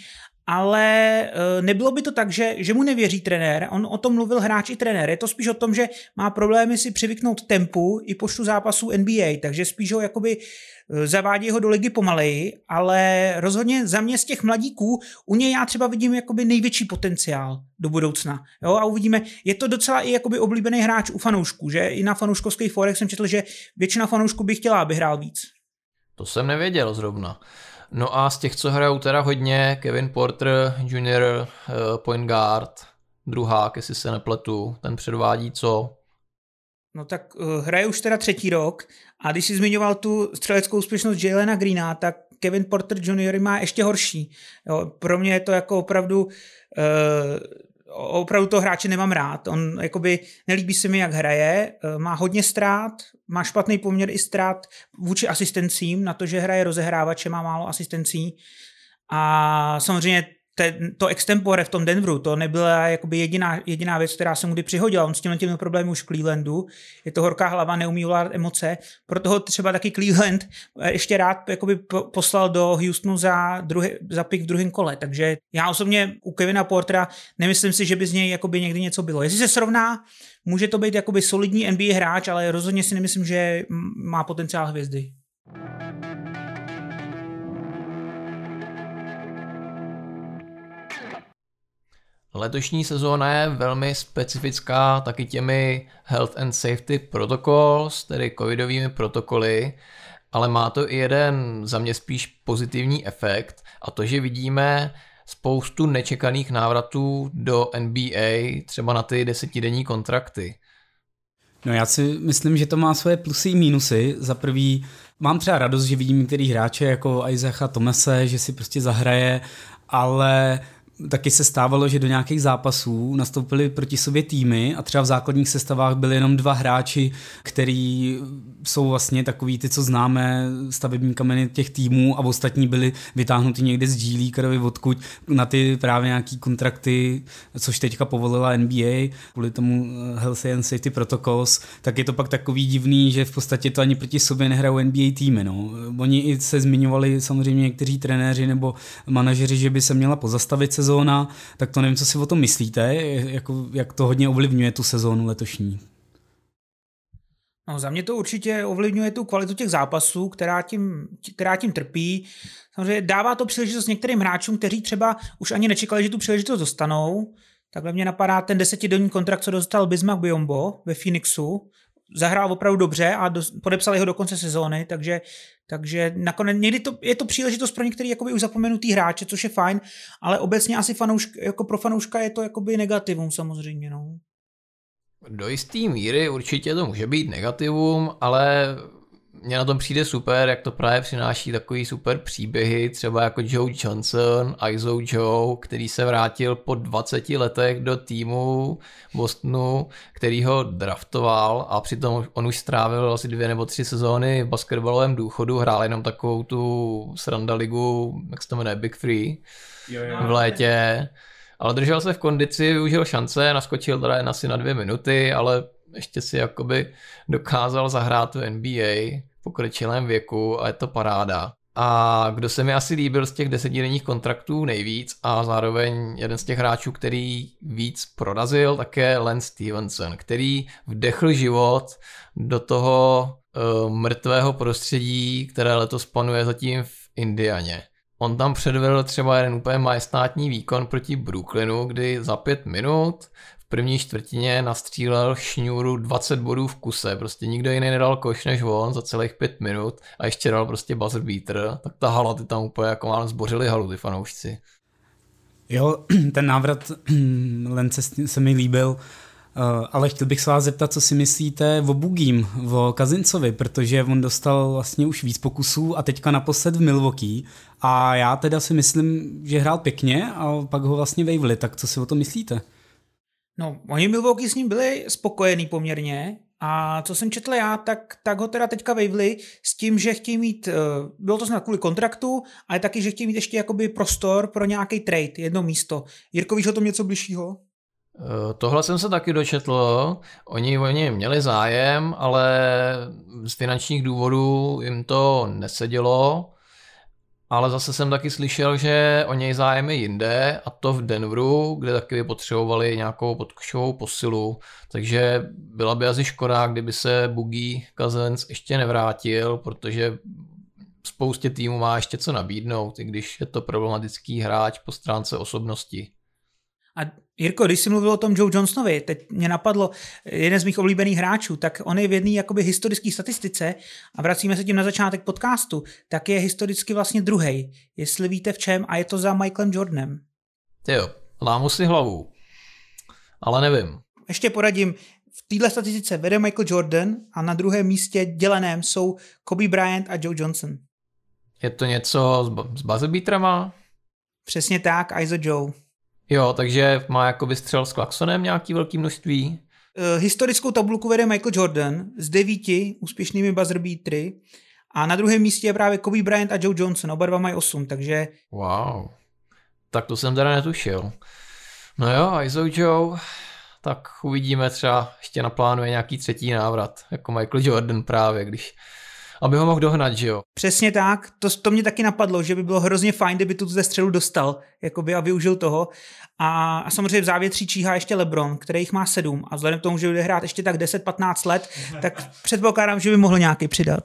ale nebylo by to tak, že, že mu nevěří trenér, on o tom mluvil hráč i trenér, je to spíš o tom, že má problémy si přivyknout tempu i počtu zápasů N B A, takže spíš ho jakoby zavádí ho do ligy pomaleji, ale rozhodně za mě z těch mladíků, u něj já třeba vidím jakoby největší potenciál do budoucna. Jo, a uvidíme, je to docela i jakoby oblíbený hráč u fanoušků, že i na fanouškovských fórech jsem četl, že většina fanoušků by chtěla, aby hrál víc. To jsem nevěděl zrovna. No a z těch, co hrajou teda hodně, Kevin Porter junior uh, point guard, druhák, jestli se nepletu, ten předvádí co? No tak uh, hraje už teda třetí rok a když si zmiňoval tu střeleckou úspěšnost Jalena Greena, tak Kevin Porter junior má ještě horší. Jo, pro mě je to jako opravdu, uh, opravdu toho hráče nemám rád. On jakoby nelíbí se mi, jak hraje, uh, má hodně ztrát, má špatný poměr i ztrát vůči asistencím, na to, že hraje rozehrávače, má málo asistencí a samozřejmě te, to extempore v tom Denveru, to nebyla jakoby jediná, jediná věc, která se mu kdy přihodila. On s tím měl problémy už v Clevelandu, je to horká hlava, neumí ovládat emoce, proto ho třeba taky Cleveland ještě rád jakoby poslal do Houstonu za, druhý, za pick v druhém kole, takže já osobně u Kevina Portera nemyslím si, že by z něj jakoby někdy něco bylo. Jestli se srovná, může to být jakoby solidní N B A hráč, ale rozhodně si nemyslím, že má potenciál hvězdy. Letošní sezóna je velmi specifická taky těmi Health and Safety Protocols, tedy covidovými protokoly, ale má to i jeden za mě spíš pozitivní efekt a to, že vidíme spoustu nečekaných návratů do N B A, třeba na ty desetidenní kontrakty. No já si myslím, že to má svoje plusy i mínusy. Za prvý mám třeba radost, že vidím některý hráče jako Isaaca Thomase, že si prostě zahraje, ale taky se stávalo, že do nějakých zápasů nastoupili proti sobě týmy a třeba v základních sestavách byli jenom dva hráči, který jsou vlastně takový ty, co známe, stavební kameny těch týmů a ostatní byli vytáhnuty někde z dílí, kravi odkud na ty právě nějaký kontrakty, což teďka povolila N B A kvůli tomu Health and Safety Protocols, tak je to pak takový divný, že v podstatě to ani proti sobě nehrajou N B A týmy. No. Oni i se zmiňovali samozřejmě někteří trenéři nebo manažeři, že by se měla pozastavit sezóna, tak to nevím, co si o tom myslíte, jako, jak to hodně ovlivňuje tu sezónu letošní. No, za mě to určitě ovlivňuje tu kvalitu těch zápasů, která tím, která tím trpí. Samozřejmě dává to příležitost některým hráčům, kteří třeba už ani nečekali, že tu příležitost dostanou. Takhle mě napadá ten desetidenní kontrakt, co dostal Bismack Biyombo ve Phoenixu. Zahrál opravdu dobře a do, podepsali ho do konce sezóny, takže, takže nakonec někdy to, je to příležitost pro některý jakoby už zapomenutý hráče, což je fajn, ale obecně asi fanouška, jako pro fanouška je to jakoby negativum samozřejmě. No. Do jistý míry určitě to může být negativum, ale mně na tom přijde super, jak to právě přináší takový super příběhy, třeba jako Joe Johnson, Iso Joe, který se vrátil po dvaceti letech do týmu Bostonu, který ho draftoval a přitom on už strávil asi dvě nebo tři sezóny v basketbalovém důchodu, hrál jenom takovou tu sranda ligu, jak se to jmenuje, Big Three v létě, ale držel se v kondici, využil šance, naskočil teda jen asi na dvě minuty, ale ještě si jakoby dokázal zahrát v N B A v pokročilém věku a je to paráda. A kdo se mi asi líbil z těch desetidenních kontraktů nejvíc a zároveň jeden z těch hráčů, který víc prorazil, tak je Lance Stevenson, který vdechl život do toho uh, mrtvého prostředí, které letos panuje zatím v Indianě. On tam předvedl třeba jeden úplně majestátní výkon proti Brooklynu, kdy za pět minut v první čtvrtině nastřílel šňůru dvacet bodů v kuse, prostě nikdo jiný nedal koš než on za celých pět minut a ještě dal prostě buzzer beater, tak ta hala, ty tam úplně jako málem zbořili halu, ty fanoušci. Jo, ten návrat Lence se mi líbil, ale chtěl bych se vás zeptat, co si myslíte o Boogiem, o Cousinsovi, protože on dostal vlastně už víc pokusů a teďka naposled v Milwaukee a já teda si myslím, že hrál pěkně a pak ho vlastně vejvli, tak co si o tom myslíte? No, oni Milwaukee s ním byli spokojení poměrně a co jsem četl já, tak, tak ho teda teďka vejvli s tím, že chtějí mít, bylo to snad kvůli kontraktu, ale taky, že chtějí mít ještě jakoby prostor pro nějaký trade, jedno místo. Jirko, víš o tom něco bližšího? Tohle jsem se taky dočetl, oni, oni měli zájem, ale z finančních důvodů jim to nesedělo, ale zase jsem taky slyšel, že o něj zájem je jinde a to v Denveru, kde taky potřebovali nějakou podkošovou posilu, takže byla by asi škoda, kdyby se Boogie Cousins ještě nevrátil, protože spoustě týmů má ještě co nabídnout, i když je to problematický hráč po stránce osobnosti. A Jirko, když jsi mluvil o tom Joe Johnsonovi, teď mě napadlo jeden z mých oblíbených hráčů, tak on je v jedné jakoby historické statistice a vracíme se tím na začátek podcastu, tak je historicky vlastně druhej, jestli víte v čem, a je to za Michaelem Jordanem. Jo, lámu si hlavu, ale nevím. Ještě poradím, v téhle statistice vede Michael Jordan a na druhém místě děleném jsou Kobe Bryant a Joe Johnson. Je to něco s, s buzzer beaterama? Přesně tak, Iso Joe. Jo, takže má jakoby střel s klaksonem nějaký velký množství? Uh, historickou tabulku vede Michael Jordan s devíti úspěšnými buzzer beatery a na druhém místě je právě Kobe Bryant a Joe Johnson, oba dva mají osm, takže... Wow, tak to jsem teda netušil. No jo, Iso Joe, tak uvidíme, třeba ještě naplánuje nějaký třetí návrat, jako Michael Jordan právě, když... aby ho mohl dohnat, že jo? Přesně tak, to, to mě taky napadlo, že by bylo hrozně fajn, kdyby tu ze střelu dostal jakoby, a využil toho. A, a samozřejmě v závětří číhá ještě LeBron, který jich má sedm a vzhledem k tomu, že bude hrát ještě tak deset patnáct let, tak předpokládám, že by mohl nějaký přidat.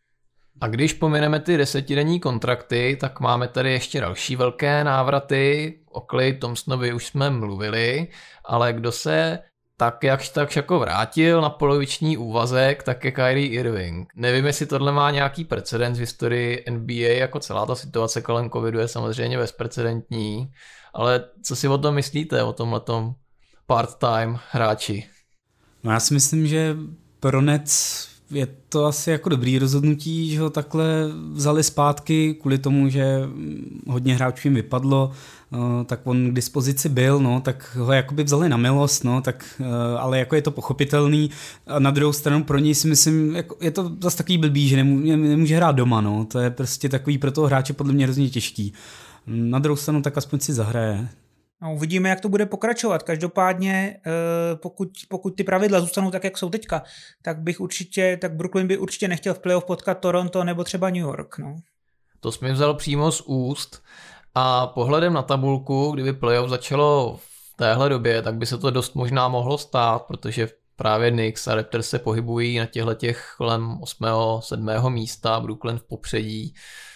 A když pomineme ty desetidenní kontrakty, tak máme tady ještě další velké návraty. O Klay Thompsonovi už jsme mluvili, ale kdo se tak jak tak jako vrátil na poloviční úvazek, tak je Kyrie Irving. Nevím, jestli tohle má nějaký precedens v historii N B A, jako celá ta situace kolem covidu je samozřejmě bezprecedentní, ale co si o tom myslíte, o tomhletom part-time hráči? No já si myslím, že pro Nets je to asi jako dobrý rozhodnutí, že ho takhle vzali zpátky kvůli tomu, že hodně hráčů jim vypadlo, tak on k dispozici byl, no, tak ho jakoby vzali na milost, no, tak, ale jako je to pochopitelný. A na druhou stranu pro něj si myslím, jako je to zase takový blbý, že nemůže, nemůže hrát doma, no, to je prostě takový pro toho hráče podle mě hrozně těžký. Na druhou stranu tak aspoň si zahraje. No, uvidíme, jak to bude pokračovat. Každopádně, pokud, pokud ty pravidla zůstanou tak, jak jsou teďka, tak bych určitě, tak Brooklyn by určitě nechtěl v playoff potkat Toronto nebo třeba New York. No. To jsi mi vzal přímo z úst a pohledem na tabulku, kdyby playoff začalo v téhle době, tak by se to dost možná mohlo stát, protože právě Knicks a Raptors se pohybují na těchto těch kolem osmého sedmého místa, Brooklyn v popředí,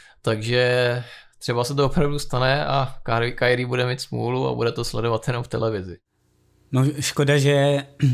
takže třeba se to opravdu stane a Kyrie bude mít smůlu a bude to sledovat jenom v televizi. No škoda, že uh,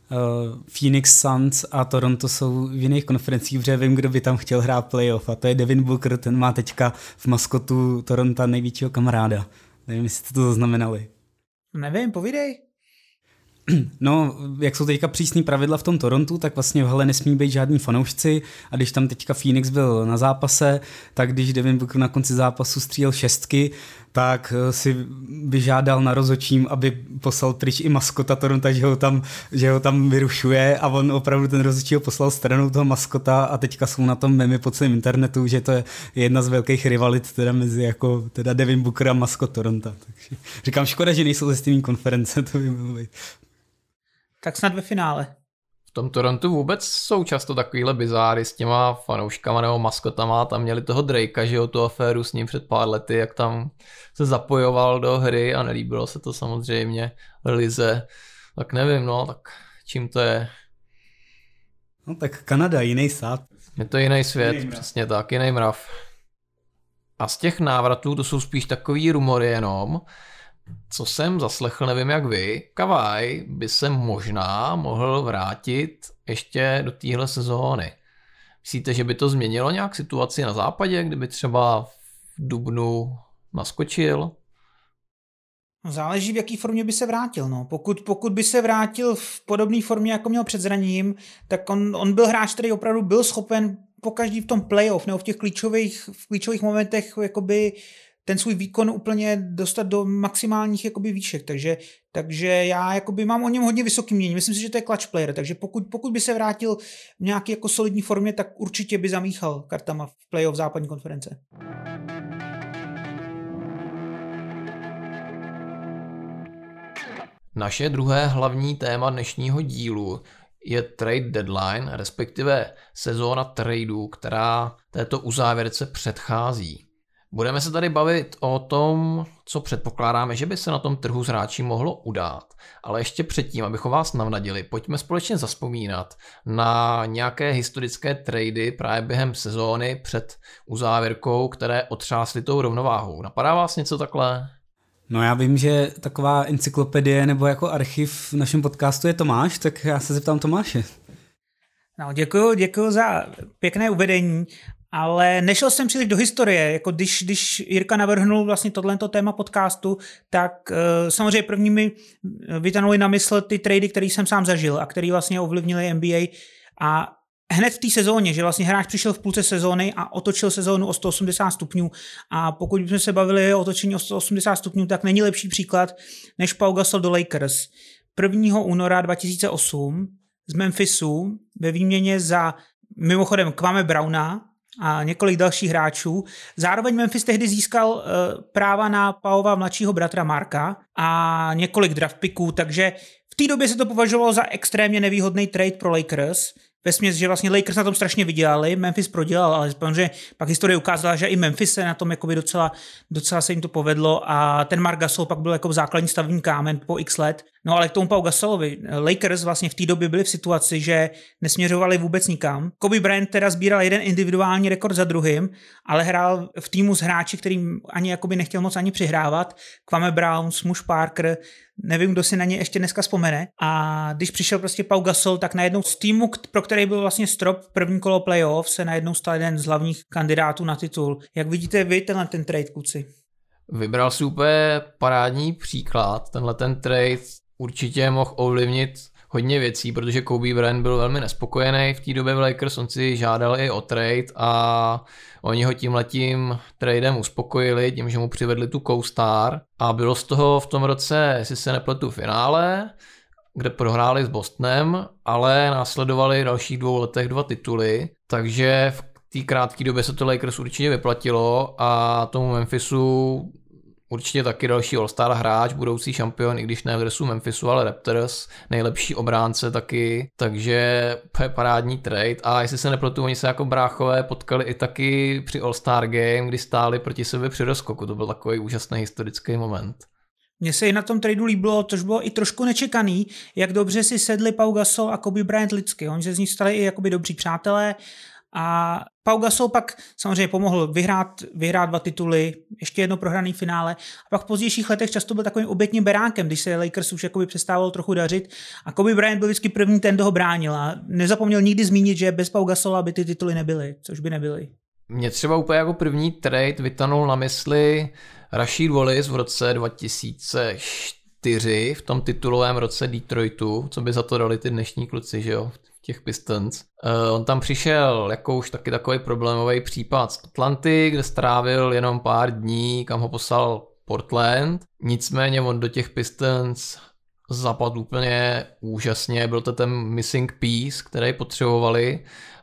Phoenix Suns a Toronto jsou v jiných konferencích, protože vím, kdo by tam chtěl hrát playoff a to je Devin Booker, ten má teďka v maskotu Toronto největšího kamaráda. Nevím, jestli jste to zaznamenali. Nevím, povídej. No, jak jsou teďka přísný pravidla v tom Torontu, tak vlastně v hale nesmí být žádní fanoušci a když tam teďka Phoenix byl na zápase, tak když Devin Booker na konci zápasu střílel šestky, tak si vyžádal na rozhodčím, aby poslal pryč i maskota Toronto, že ho tam, že ho tam vyrušuje a on opravdu ten rozhodčí ho poslal stranou toho maskota a teďka jsou na tom memy po celém internetu, že to je jedna z velkých rivalit teda mezi jako teda Devin Booker a maskot Toronto. Takže říkám, škoda, že nejsou ze stejné konference, to by bylo být. Tak snad ve finále. V tom Torontu vůbec jsou často takovýhle bizáry s těma fanouškama nebo maskotama. Tam měli toho Drakea, že jo, tu aféru s ním před pár lety, jak tam se zapojoval do hry a nelíbilo se to samozřejmě lize. Tak nevím, no, tak čím to je? No tak Kanada, jiný stát. Je to jiný svět, jiný přesně tak, jiný mrav. A z těch návratů to jsou spíš takový rumory jenom. Co jsem zaslechl, nevím jak vy, Kawhi by se možná mohl vrátit ještě do téhle sezóny. Myslíte, že by to změnilo nějak situaci na západě, kdyby třeba v dubnu naskočil? No, záleží, v jaký formě by se vrátil. No. Pokud, pokud by se vrátil v podobné formě, jako měl před zraněním, tak on, on byl hráč, který opravdu byl schopen pokaždý v tom playoff nebo v těch klíčových, v klíčových momentech jakoby ten svůj výkon úplně dostat do maximálních jakoby výšek, takže, takže já jakoby mám o něm hodně vysoký mění. Myslím si, že to je clutch player, takže pokud, pokud by se vrátil v nějaké jako solidní formě, tak určitě by zamíchal kartama v playoff západní konference. Naše druhé hlavní téma dnešního dílu je trade deadline, respektive sezóna tradeů, která této uzávěrce předchází. Budeme se tady bavit o tom, co předpokládáme, že by se na tom trhu s hráči mohlo udát. Ale ještě předtím, abychom vás navnadili, pojďme společně zazpomínat na nějaké historické trady právě během sezóny před uzávěrkou, které otřásly tou rovnováhou. Napadá vás něco takhle? No já vím, že taková encyklopedie nebo jako archiv v našem podcastu je Tomáš, tak já se zeptám Tomáše. No, děkuju, děkuju za pěkné uvedení. Ale nešel jsem příliš do historie, jako když, když Jirka navrhnul vlastně tohleto téma podcastu, tak uh, samozřejmě prvními vytanuli na mysl ty trady, které jsem sám zažil a které vlastně ovlivnily N B A a hned v té sezóně, že vlastně hráč přišel v půlce sezóny a otočil sezónu o sto osmdesát stupňů a pokud bychom se bavili o otočení o sto osmdesát stupňů, tak není lepší příklad než Pau Gasol do Lakers. prvního února dva tisíce osm z Memphisu ve výměně za mimochodem Kwame Browna a několik dalších hráčů. Zároveň Memphis tehdy získal uh, práva na Paova mladšího bratra Marka a několik draft picků, takže v té době se to považovalo za extrémně nevýhodný trade pro Lakers. Vesměs, že vlastně Lakers na tom strašně vydělali, Memphis prodělal, ale že pak historie ukázala, že i Memphis se na tom jakoby docela, docela se jim to povedlo a ten Marc Gasol pak byl jako základní stavební kámen po x let. No ale k tomu Pau Gasolovi, Lakers vlastně v té době byli v situaci, že nesměřovali vůbec nikam. Kobe Bryant teda sbíral jeden individuální rekord za druhým, ale hrál v týmu s hráči, kterým ani jakoby nechtěl moc ani přihrávat. Kwame Brown, Smush Parker, nevím, kdo si na ně ještě dneska vzpomene. A když přišel prostě Pau Gasol, tak najednou z týmu, pro který byl vlastně strop první kolo playoff, se najednou stal jeden z hlavních kandidátů na titul. Jak vidíte vy tenhle ten trade, kluci? Vybral si úplně parádní příklad. Tenhle ten trade určitě mohl ovlivnit hodně věcí, protože Kobe Bryant byl velmi nespokojený v té době v Lakers, on si žádal i o trade a oni ho tímhletím tradem uspokojili, tím, že mu přivedli tu co-star a bylo z toho v tom roce, jestli se nepletu, finále, kde prohráli s Bostonem, ale následovali v dalších dvou letech dva tituly, takže v té krátké době se to Lakers určitě vyplatilo a tomu Memphisu určitě taky další All-Star hráč, budoucí šampion, i když ne v dresu Memphisu, ale Raptors, nejlepší obránce taky, takže parádní trade. A jestli se nepletu, oni se jako bráchové potkali i taky při All-Star Game, kdy stáli proti sobě při rozskoku, to byl takový úžasný historický moment. Mně se i na tom tradu líbilo, což bylo i trošku nečekaný, jak dobře si sedli Pau Gasol a Kobe Bryant lidsky. Oni se z nich stali i jakoby dobří přátelé a Pau Gasol pak samozřejmě pomohl vyhrát, vyhrát dva tituly, ještě jedno prohraný finále a pak v pozdějších letech často byl takovým obětním beránkem, když se Lakers už jakoby přestávalo trochu dařit a Kobe Bryant byl vždycky první ten, kdo ho bránil a nezapomněl nikdy zmínit, že bez Pau Gasola by ty tituly nebyly, což by nebyly. Mně třeba úplně jako první trade vytanul na mysli Rasheed Wallace v roce dva tisíce čtyři čtyři v tom titulovém roce Detroitu, co by za to dali ty dnešní kluci, že jo, těch Pistons. Uh, on tam přišel jako už taky takový problémový případ z Atlanty, kde strávil jenom pár dní, kam ho poslal Portland. Nicméně on do těch Pistons zapadl úplně úžasně, byl to ten missing piece, který potřebovali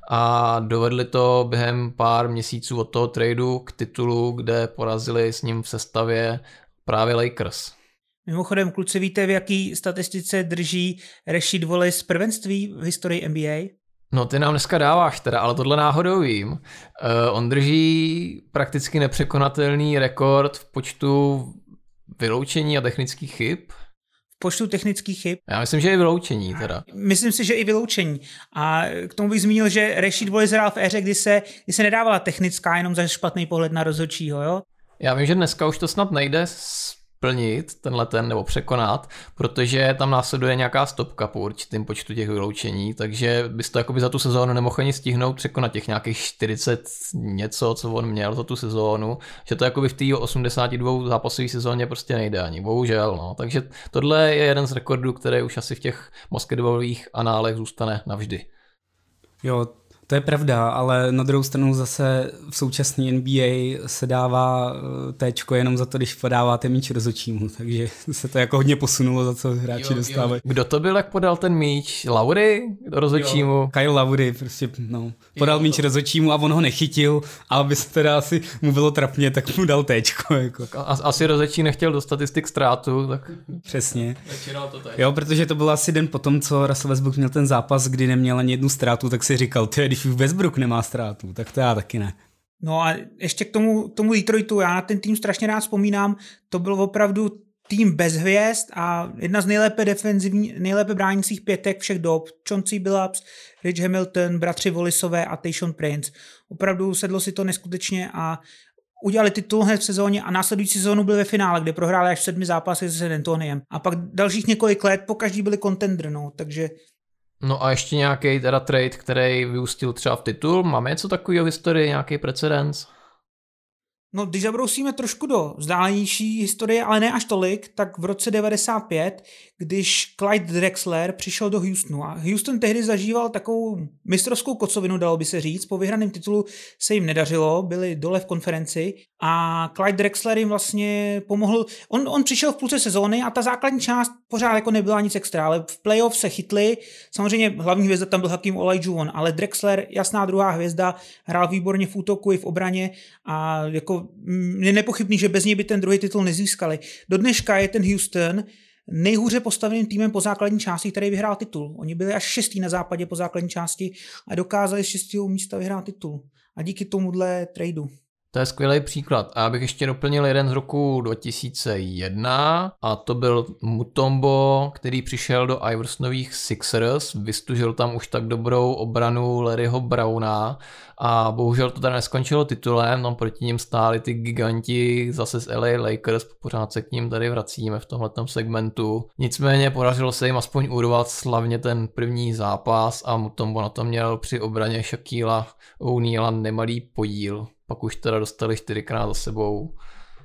a dovedli to během pár měsíců od toho tradu k titulu, kde porazili s ním v sestavě právě Lakers. Mimochodem, kluci, víte, v jaký statistice drží Rashid Wallace prvenství v historii N B A? No ty nám dneska dáváš teda, ale tohle náhodou vím. Uh, on drží prakticky nepřekonatelný rekord v počtu vyloučení a technických chyb. V počtu technických chyb? Já myslím, že i vyloučení teda. Myslím si, že i vyloučení. A k tomu bych zmínil, že Rashid Wallace hrál v éře, kdy se, kdy se nedávala technická jenom za špatný pohled na rozhodčího, jo? Já vím, že dneska už to snad nejde splnit, tenhle ten, nebo překonat, protože tam následuje nějaká stopka po určitém počtu těch vyloučení, takže bys to jakoby za tu sezónu nemohl ani stihnout překonat těch nějakých čtyřicet něco, co on měl za tu sezónu, že to jakoby v té osmdesáti dvou zápasové sezóně prostě nejde ani, bohužel, no. Takže tohle je jeden z rekordů, který už asi v těch basketbalových análech zůstane navždy. Jo, to je pravda, ale na druhou stranu zase v současné N B A se dává téčko jenom za to, když podáváte míč rozhodčímu, takže se to jako hodně posunulo, za co hráči dostávají. Kdo to byl, jak podal ten míč? Lowry rozhodčímu? Jo, Kyle Lowry, prostě no, podal jo, míč rozhodčímu a on ho nechytil, a aby se teda asi mu bylo trapně, tak mu dal téčko. Jako. Asi rozhodčí nechtěl do statistik ztrátu, tak... Přesně. To jo, protože to byl asi den potom, co Russell Westbrook měl ten zápas, kdy neměl ani jednu ztrátu, tak si říkal, ty, když už Westbrook nemá ztrátu, tak to já taky ne. No a ještě k tomu, tomu Detroitu, já na ten tým strašně rád vzpomínám, to byl opravdu tým bez hvězd a jedna z nejlépe defenzivní, nejlépe bránících pětek všech dob. Chauncey Billups, Rich Hamilton, bratři Wallisové a Tayshaun Prince. Opravdu sedlo si to neskutečně a udělali titul hned v sezóně a následující sezónu byli ve finále, kde prohráli až v sedmi zápasech se San Antoniem. A pak dalších několik let po každý byli contender, no, takže... No a ještě nějaký teda trade, který vyústil třeba v titul. Máme něco takového v historii, nějaký precedens? No, když zabrousíme trošku do vzdálenější historie, ale ne až tolik, tak v roce devadesát pět, když Clyde Drexler přišel do Houstonu a Houston tehdy zažíval takovou mistrovskou kocovinu, dalo by se říct, po vyhraném titulu se jim nedařilo, byli dole v konferenci a Clyde Drexler jim vlastně pomohl, on, on přišel v půlce sezóny a ta základní část pořád jako nebyla nic extra, ale v playoff se chytli, samozřejmě hlavní hvězda tam byl Hakeem Olajuwon, ale Drexler, jasná druhá hvězda, hrál výborně v útoku i v obraně a jako je nepochybný, že bez něj by ten druhý titul nezískali. Do dneška je ten Houston nejhůře postaveným týmem po základní části, který vyhrál titul. Oni byli až šestý na západě po základní části a dokázali z šestého místa vyhrát titul. A díky tomuhle tradu. To je skvělý příklad. A já bych ještě doplnil jeden z roku dva tisíce jedna a to byl Mutombo, který přišel do Iversonových Sixers, vystužil tam už tak dobrou obranu Larryho Browna a bohužel to tady neskončilo titulem, tam proti ním stáli ty giganti zase z L A Lakers, pořád se k ním tady vracíme v tomhletom segmentu. Nicméně podařilo se jim aspoň urvat slavně ten první zápas a Mutombo na to měl při obraně Shaquilla O'Neala nemalý podíl. Pak už teda dostali čtyřikrát za sebou.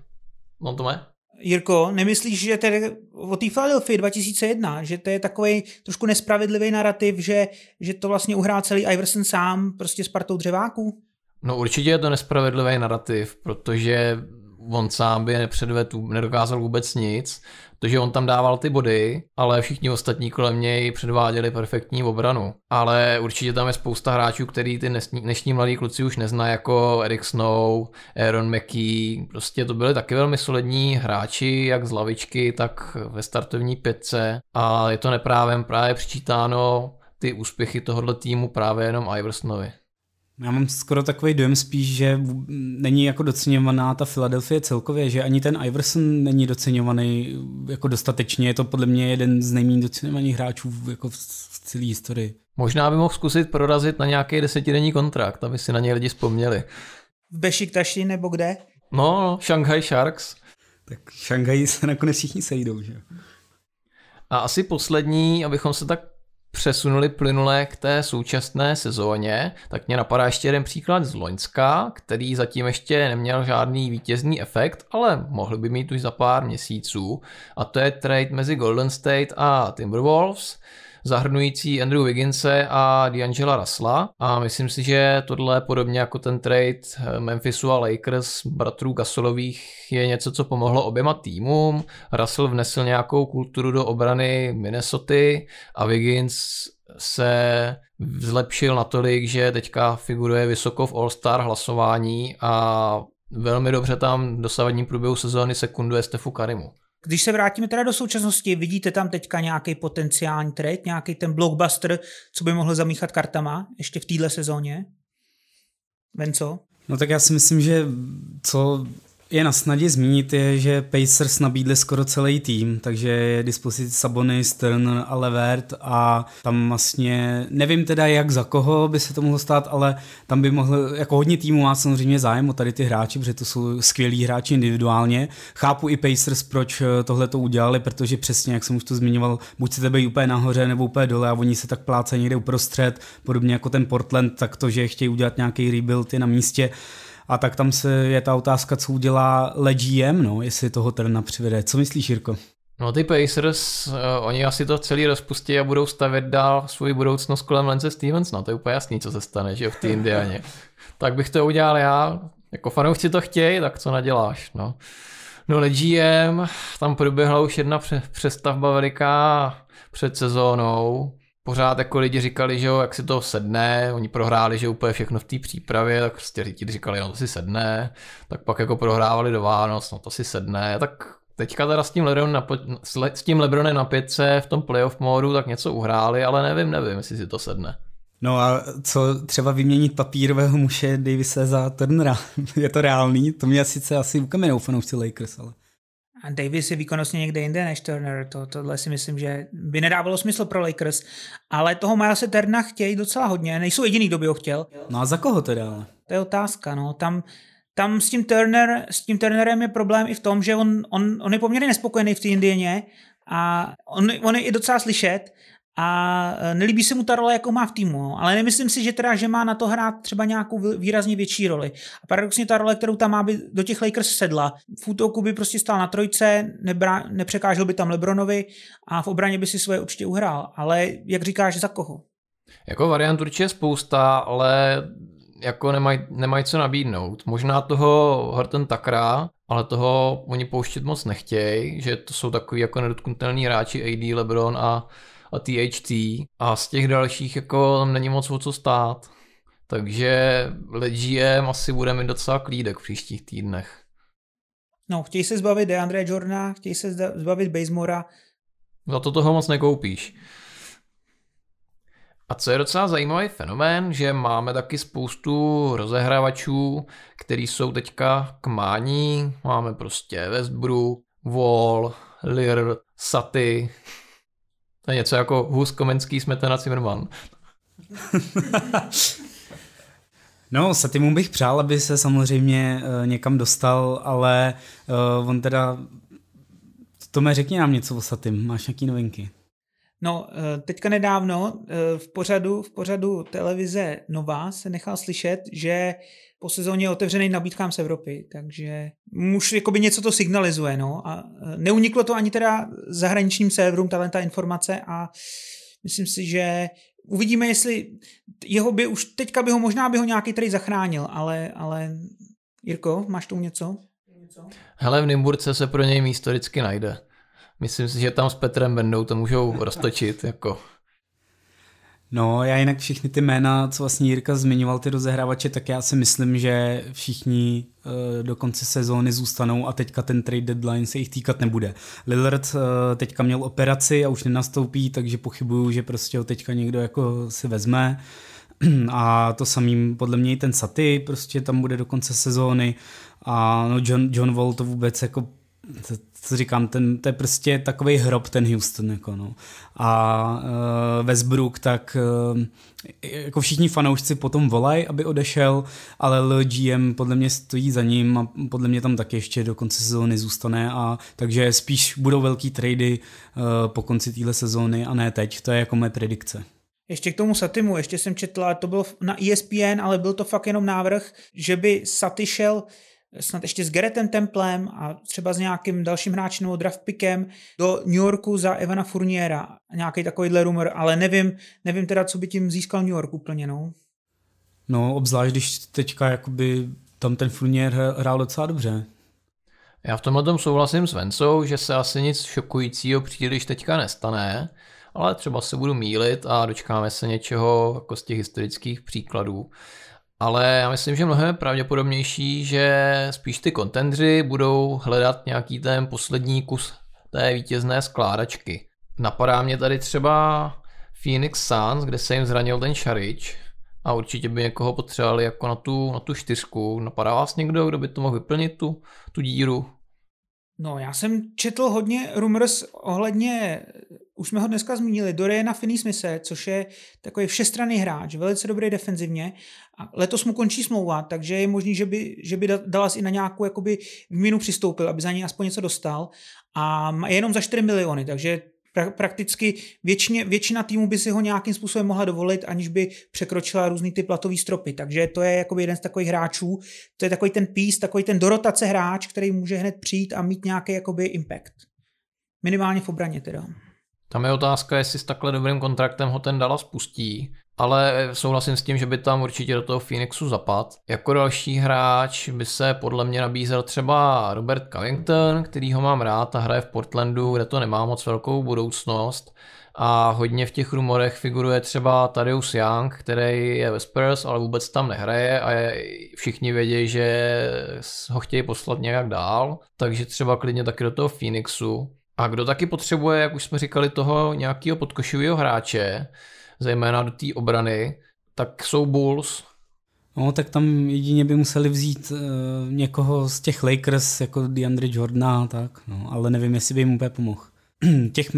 No to má? Jirko, nemyslíš, že tedy o té Philadelphii dva tisíce jedna, že to je takový trošku nespravedlivý narrativ, že, že to vlastně uhrál celý Iverson sám prostě s partou dřeváků? No určitě je to nespravedlivý narrativ, protože on sám by nepředvedl, nedokázal vůbec nic, protože on tam dával ty body, ale všichni ostatní kolem něj předváděli perfektní obranu. Ale určitě tam je spousta hráčů, který ty dnešní mladí kluci už neznají, jako Eric Snow, Aaron McKee, prostě to byli taky velmi solidní hráči, jak z lavičky, tak ve startovní pětce a je to neprávem právě přičítáno ty úspěchy tohohle týmu právě jenom Iversonovi. Já mám skoro takový dojem spíš, že není jako doceňovaná ta Philadelphia celkově, že ani ten Iverson není doceňovaný jako dostatečně. Je to podle mě jeden z nejméně doceňovaných hráčů jako v celé historii. Možná by mohl zkusit prorazit na nějaký desetidenní kontrakt, aby si na něj lidi vzpomněli. V Bešiktaši nebo kde? No, Shanghai Sharks. Tak v Šanghaji se nakonec všichni sejdou, že? A asi poslední, abychom se tak přesunuli plynule k té současné sezóně, tak mě napadá ještě jeden příklad z loňska, který zatím ještě neměl žádný vítězný efekt, ale mohli by mít už za pár měsíců. A to je trade mezi Golden State a Timberwolves, zahrnující Andrew Wigginse a D'Angela Russella. A myslím si, že tohle podobně jako ten trade Memphisu a Lakers bratrů Gasolových je něco, co pomohlo oběma týmům. Russell vnesl nějakou kulturu do obrany Minnesoty a Wiggins se zlepšil natolik, že teďka figuruje vysoko v All-Star hlasování a velmi dobře tam v dosavadním průběhu sezóny sekunduje Stefu Currymu. Když se vrátíme teda do současnosti, vidíte tam teďka nějaký potenciální trade, nějaký ten blockbuster, co by mohl zamíchat kartama ještě v téhle sezóně? Venco? No tak já si myslím, že co je na snadě zmínit je, že Pacers nabídli skoro celý tým, takže je dispozici Sabonis, Turner a Levert a tam vlastně nevím teda jak za koho by se to mohlo stát, ale tam by mohl, jako hodně týmů má samozřejmě zájem o tady ty hráči, protože to jsou skvělí hráči individuálně. Chápu i Pacers, proč tohle to udělali, protože přesně, jak jsem už to zmiňoval, buď chcete být úplně nahoře nebo úplně dole a oni se tak plácají někde uprostřed, podobně jako ten Portland, tak to, že chtějí udělat nějaký rebuild je na místě. A tak tam se je ta otázka, co udělá Le G M, no, jestli toho Turna přivede. Co myslíš, Jirko? No ty Pacers, uh, oni asi to celý rozpustí a budou stavět dál svoji budoucnost kolem Lance Stevensona. To je úplně jasný, co se stane, že jo, v té Indianě. Tak bych to udělal já. Jako fanoušci to chtějí, tak co naděláš, no. No Le G M, tam proběhla už jedna přestavba veliká před sezónou. Pořád jako lidi říkali, že jo, jak si to sedne, oni prohráli, že úplně všechno v té přípravě, tak prostě lidi říkali, no to si sedne, tak pak jako prohrávali do Vánoc, no to si sedne, tak teďka teda s tím, Lebron na, s tím Lebronem na pětce v tom playoff módu tak něco uhráli, ale nevím, nevím, jestli si to sedne. No a co třeba vyměnit papírového muše Davise za Turnera? Je to reálný? To mě sice asi ukamenou fanoušci Lakers, ale... A Davis je výkonnostně někde jinde než Turner, to, tohle si myslím, že by nedávalo smysl pro Lakers, ale toho Milese Turnera chtějí docela hodně, nejsou jediný, kdo by ho chtěl. No a za koho teda? To je otázka, no, tam, tam s tím Turner, s tím Turnerem je problém i v tom, že on, on, on je poměrně nespokojený v té Indieně a on, on je i docela slyšet a nelíbí se mu ta role, jakou má v týmu, ale nemyslím si, že teda, že má na to hrát třeba nějakou výrazně větší roli. A paradoxně ta role, kterou tam má, by do těch Lakers sedla. V útoku by prostě stál na trojce, nebra, nepřekážel by tam LeBronovi a v obraně by si svoje určitě uhrál. Ale jak říkáš, za koho? Jako variant určitě je spousta, ale jako nemají nemaj co nabídnout. Možná toho Horton Tuckera, ale toho oni pouštět moc nechtějí, že to jsou takový jako nedotknutelní hráči A D, LeBron a a T H T a z těch dalších jako tam není moc o co stát. Takže Le G M asi bude mít docela klídek v příštích týdnech. No, chtějí se zbavit DeAndre Jordana, chtějí se zbavit Bazemora. Za to toho moc nekoupíš. A co je docela zajímavý fenomén, že máme taky spoustu rozehrávačů, který jsou teďka k mání. Máme prostě Westbrook, Wall, Lillard, Saty. To je něco jako Hus, Komenský, Smetana, Zimmerman. No, Satimu bych přál, aby se samozřejmě uh, někam dostal, ale uh, on teda... Tome, řekni nám něco o Satim, máš nějaký novinky? No, teďka nedávno v pořadu, v pořadu televize Nova se nechal slyšet, že po sezóně je otevřený nabídkám z Evropy, takže už jakoby něco to signalizuje, no, a neuniklo to ani teda zahraničním serverům ta informace a myslím si, že uvidíme, jestli jeho by už, teďka by ho, možná by ho nějaký tady zachránil, ale, ale Jirko, máš tu něco? Hele, v Nymburce se pro něj místo vždycky najde. Myslím si, že tam s Petrem Bendou to můžou roztočit, jako... No, já jinak všichni ty jména, co vlastně Jirka zmiňoval, ty rozehrávače, tak já si myslím, že všichni uh, do konce sezóny zůstanou a teďka ten trade deadline se jich týkat nebude. Lillard uh, teďka měl operaci a už nenastoupí, takže pochybuju, že prostě ho teďka někdo jako si vezme. A to samým podle mě i ten Saty prostě tam bude do konce sezóny a no John, John Wall to vůbec jako to, co říkám, ten, to je prostě takovej hrob ten Houston, jako no. A uh, Westbrook, tak uh, jako všichni fanoušci potom volají, aby odešel, ale L G M podle mě stojí za ním a podle mě tam taky ještě do konce sezóny zůstane, a takže spíš budou velký trady uh, po konci téhle sezóny a ne teď, to je jako moje predikce. Ještě k tomu Satimu, ještě jsem četla, to bylo na E S P N, ale byl to fakt jenom návrh, že by Saty šel snad ještě s Garrettem Templem a třeba s nějakým dalším hráčem nebo draft pickem do New Yorku za Evana Fourniera. Nějaký takovýhle rumor, ale nevím, nevím teda, co by tím získal New York úplně, no. No, obzvlášť, když teďka jakoby tam ten Fournier hrál docela dobře. Já v tomhle tom souhlasím s Vencou, že se asi nic šokujícího příliš teďka nestane, ale třeba se budu mýlit a dočkáme se něčeho jako z těch historických příkladů. Ale já myslím, že mnohem pravděpodobnější, že spíš ty kontendři budou hledat nějaký ten poslední kus té vítězné skládačky. Napadá mě tady třeba Phoenix Suns, kde se jim zranil ten Šarič a určitě by někoho potřebovali jako na tu, na tu čtyřku. Napadá vás někdo, kdo by to mohl vyplnit, tu, tu díru? No, já jsem četl hodně rumors ohledně, už jsme ho dneska zmínili, Doriana Finney-Smithe, což je takový všestranný hráč, velice dobrý defenzivně. A letos mu končí smlouva, takže je možný, že by, že by Dallas i na nějakou jakoby výměnu přistoupil, aby za něj aspoň něco dostal. A je jenom za čtyři miliony, takže pra, prakticky většině, většina týmů by si ho nějakým způsobem mohla dovolit, aniž by překročila různý ty platový stropy. Takže to je jakoby jeden z takových hráčů, to je takový ten piece, takový ten do rotace hráč, který může hned přijít a mít nějaký jakoby impact. Minimálně v obraně teda. Tam je otázka, jestli s takhle dobrým kontraktem ho ten Dallas pustí, ale souhlasím s tím, že by tam určitě do toho Phoenixu zapad. Jako další hráč by se podle mě nabízel třeba Robert Covington, který ho mám rád a hraje v Portlandu, kde to nemá moc velkou budoucnost. A hodně v těch rumorech figuruje třeba Thaddeus Young, který je ve Spurs, ale vůbec tam nehraje a je, všichni vědí, že ho chtějí poslat nějak dál, takže třeba klidně taky do toho Phoenixu. A kdo taky potřebuje, jak už jsme říkali, toho nějakého podkošového hráče, zejména do té obrany, tak jsou Bulls. No, tak tam jedině by museli vzít uh, někoho z těch Lakers, jako DeAndre Jordana, tak, no, ale nevím, jestli by jim úplně pomohl. těch,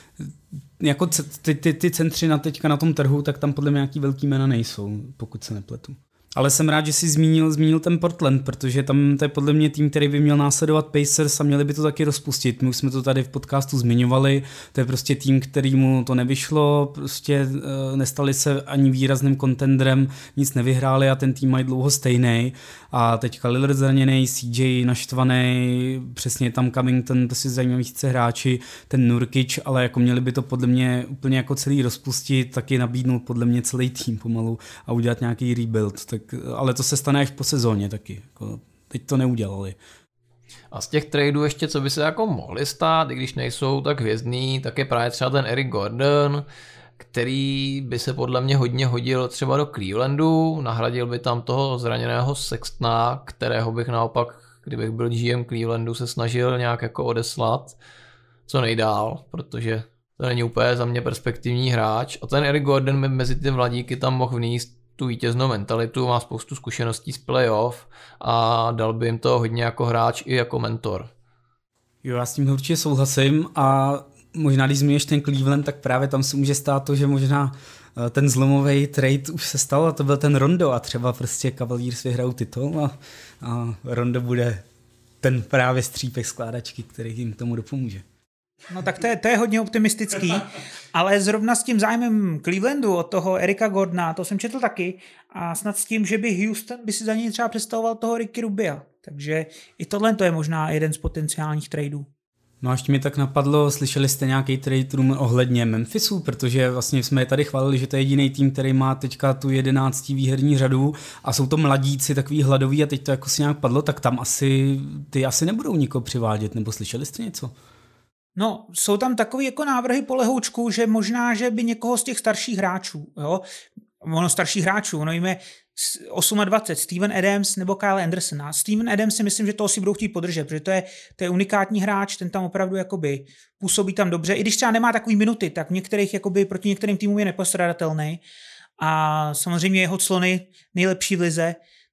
jako ty, ty, ty centři na teďka na tom trhu, tak tam podle mě nějaký velký jména nejsou, pokud se nepletu. Ale jsem rád, že jsi zmínil, zmínil ten Portland, protože tam to je podle mě tým, který by měl následovat Pacers a měli by to taky rozpustit. My už jsme to tady v podcastu zmiňovali, to je prostě tým, kterýmu to nevyšlo, prostě e, nestali se ani výrazným contendrem, nic nevyhráli a ten tým mají dlouho stejný. A teďka Lillard zraněný, C J naštvaný, přesně tam Covington, to si zajímaví sice hráči, ten Nurkic, ale jako měli by to podle mě úplně jako celý rozpustit, taky nabídnout podle mě celý tým pomalu a udělat nějaký rebuild. Tak, ale to se stane až po sezóně taky. Jako, teď to neudělali. A z těch tradeů ještě, co by se jako mohli stát, i když nejsou tak hvězdný, tak je právě třeba ten Eric Gordon, který by se podle mě hodně hodil třeba do Clevelandu, nahradil by tam toho zraněného Sextona, kterého bych naopak, kdybych byl G M Clevelandu, se snažil nějak jako odeslat co nejdál, protože to není úplně za mě perspektivní hráč. A ten Eric Gordon by mezi ty mladíky tam mohl vníst tu vítěznou mentalitu, má spoustu zkušeností z playoff a dal by jim to hodně jako hráč i jako mentor. Jo, já s tím určitě souhlasím a možná, když zmíníš ten Cleveland, tak právě tam se může stát to, že možná ten zlomový trade už se stal a to byl ten Rondo a třeba prostě Cavaliers vyhrajou titul a, a Rondo bude ten právě střípek skládačky, který jim tomu dopomůže. No tak to je, to je hodně optimistický, ale zrovna s tím zájmem Clevelandu od toho Erika Gordona, to jsem četl taky, a snad s tím, že by Houston by si za něj třeba představoval toho Ricky Rubia. Takže i tohle to je možná jeden z potenciálních tradeů. No a ještě mi tak napadlo, slyšeli jste nějaký trade room ohledně Memphisu, protože vlastně jsme je tady chválili, že to je jediný tým, který má teďka tu jedenáctý výherní řadu a jsou to mladíci takový hladoví a teď to jako si nějak padlo, tak tam asi, ty asi nebudou nikoho přivádět, nebo slyšeli jste něco? No, jsou tam takový jako návrhy po lehoučku, že možná, že by někoho z těch starších hráčů, jo, ono starších hráčů, ono jíme dvacet osm, Steven Adams nebo Kyle Anderson. A Steven Adams si myslím, že toho si budou chtít podržet, protože to je, to je unikátní hráč, ten tam opravdu jakoby působí tam dobře. I když třeba nemá takový minuty, tak v některých jakoby proti některým týmům je nepostradatelný. A samozřejmě jeho clony nejlepší v lize,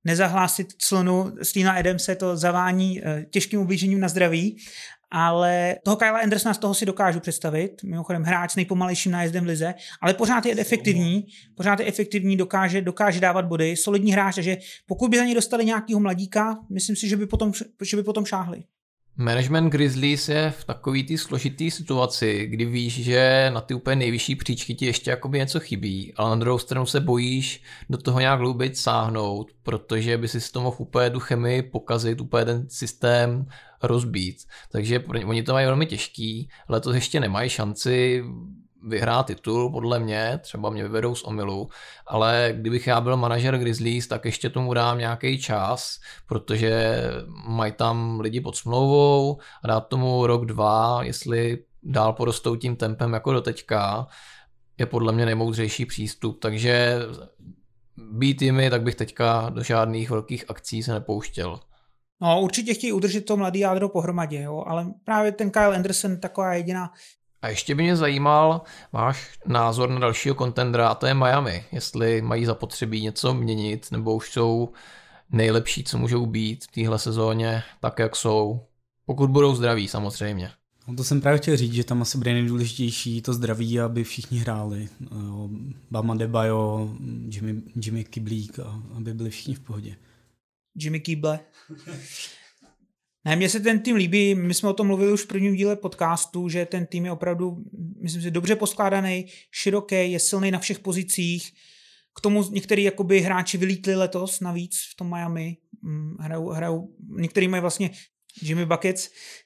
nezahlásit clonu Steena Adamse, to zavání těžkým ublížením na zdraví, ale toho Kylea Andersona z toho si dokážu představit, mimochodem hráč s nejpomalejším nájezdem v lize, ale pořád je efektivní, pořád je efektivní, dokáže, dokáže dávat body, solidní hráč, takže pokud by za něj dostali nějakýho mladíka, myslím si, že by potom, že by potom šáhli. Management Grizzlies je v takový té složitý situaci, kdy víš, že na ty úplně nejvyšší příčky ti ještě jakoby něco chybí, ale na druhou stranu se bojíš do toho nějak hloubit sáhnout, protože by si s toho mohl úplně tu chemii pokazit, úplně ten systém rozbít. Takže oni to mají velmi těžký, letos ještě nemají šanci vyhrát titul, podle mě, třeba mě vyvedou z omylu, ale kdybych já byl manažer Grizzlies, tak ještě tomu dám nějaký čas, protože mají tam lidi pod smlouvou a dát tomu rok, dva, jestli dál porostou tím tempem jako doteďka, je podle mě nejmoudřejší přístup, takže být jimi, tak bych teďka do žádných velkých akcí se nepouštěl. No, určitě chtějí udržet to mladý jádro pohromadě, jo, ale právě ten Kyle Anderson taková jediná. A ještě by mě zajímal váš názor na dalšího kontendera, a to je Miami. Jestli mají zapotřebí něco měnit, nebo už jsou nejlepší, co můžou být v téhle sezóně, tak jak jsou. Pokud budou zdraví, samozřejmě. No to jsem právě chtěl říct, že tam asi bude nejdůležitější to zdraví, aby všichni hráli. Bam Adebayo, Jimmy, Jimmy Kyblík, aby byli všichni v pohodě. Jimmy Kyble. Ne, mně se ten tým líbí, my jsme o tom mluvili už v prvním díle podcastu, že ten tým je opravdu, myslím si, dobře poskládaný, široký, je silný na všech pozicích. K tomu některý jakoby hráči vylítli letos navíc v tom Miami. Hrajou, hrajou, některý mají vlastně Jimmy Buckets,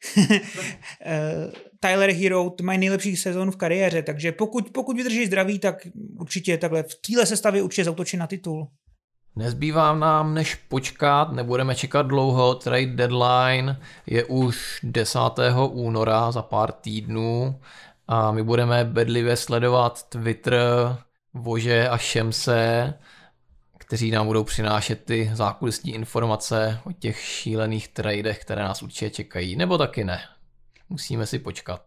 Tyler Hero, mají nejlepší sezónu v kariéře, takže pokud, pokud vydrží zdraví, tak určitě takhle v téhle sestavě určitě zautočí na titul. Nezbývá nám než počkat, nebudeme čekat dlouho, trade deadline je už desátého února za pár týdnů a my budeme bedlivě sledovat Twitter, Vože a Šemse, kteří nám budou přinášet ty zákulisní informace o těch šílených tradech, které nás určitě čekají, nebo taky ne. Musíme si počkat.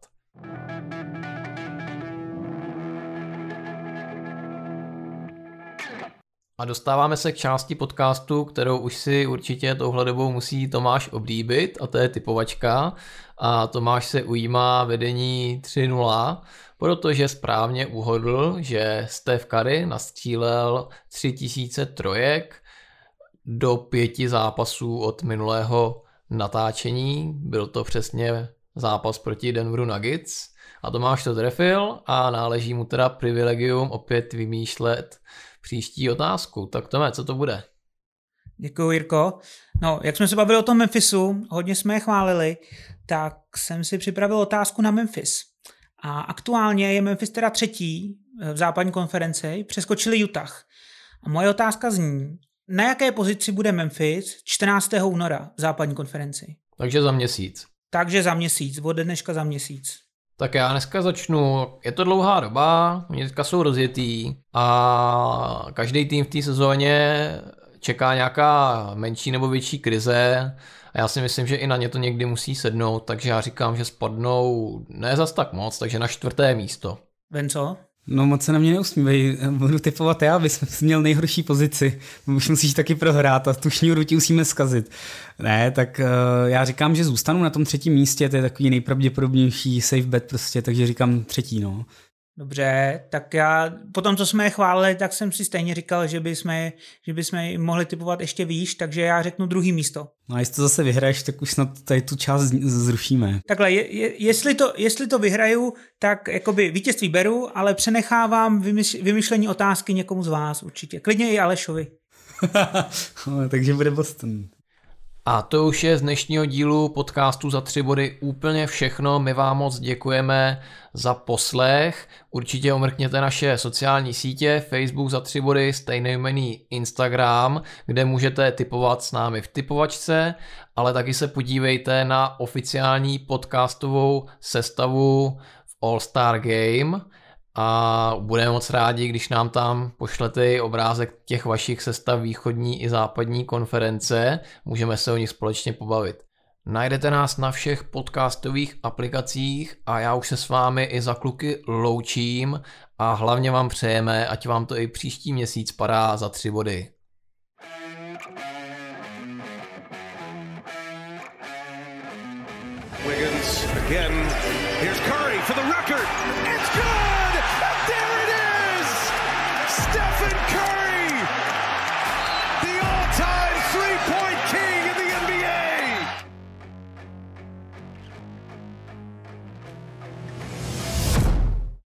A dostáváme se k části podcastu, kterou už si určitě touhle dobou musí Tomáš oblíbit, a to je typovačka. A Tomáš se ujímá vedení tři nula, protože správně uhodl, že Steph Curry nastřílel tři tisíce trojek do pěti zápasů od minulého natáčení. Byl to přesně zápas proti Denveru Nuggets. A Tomáš to trefil a náleží mu teda privilegium opět vymýšlet příští otázku. Tak Tome, co to bude? Děkuji, Jirko. No, jak jsme se bavili o tom Memphisu, hodně jsme je chválili, tak jsem si připravil otázku na Memphis. A aktuálně je Memphis teda třetí v západní konferenci, přeskočili Utah. A moje otázka zní, na jaké pozici bude Memphis čtrnáctého února v západní konferenci? Takže za měsíc. Takže za měsíc, od dneška za měsíc. Tak já dneska začnu. Je to dlouhá doba, oni teďka jsou rozjetý a každý tým v té sezóně čeká nějaká menší nebo větší krize a já si myslím, že i na ně to někdy musí sednout, takže já říkám, že spadnou ne zas tak moc, takže na čtvrté místo. Venco? No moc se na mě neusmívej, budu typovat já, abys měl nejhorší pozici, už musíš taky prohrát a tu šňůru ti musíme zkazit. Ne, tak uh, já říkám, že zůstanu na tom třetím místě, to je takový nejpravděpodobnější safe bet prostě, takže říkám třetí, no. Dobře, tak já po tom, co jsme je chválili, tak jsem si stejně říkal, že bychom, že bychom mohli typovat ještě výš, takže já řeknu druhý místo. No a jestli to zase vyhraješ, tak už snad tady tu část zrušíme. Takhle, je, je, jestli, to, jestli to vyhraju, tak jakoby vítězství beru, ale přenechávám vymyš, vymyšlení otázky někomu z vás určitě. Klidně i Alešovi. No, takže bude Boston. A to už je z dnešního dílu podcastu Za tři body úplně všechno. My vám moc děkujeme za poslech. Určitě omrkněte naše sociální sítě, Facebook Za tři body, stejnojmenný Instagram, kde můžete tipovat s námi v typovačce, ale taky se podívejte na oficiální podcastovou sestavu v All Star Game. A budeme moc rádi, když nám tam pošlete obrázek těch vašich sestav východní i západní konference. Můžeme se o nich společně pobavit. Najdete nás na všech podcastových aplikacích a já už se s vámi i za kluky loučím a hlavně vám přejeme, ať vám to i příští měsíc padá za tři body. Again, here's Curry for the record. It's good! And there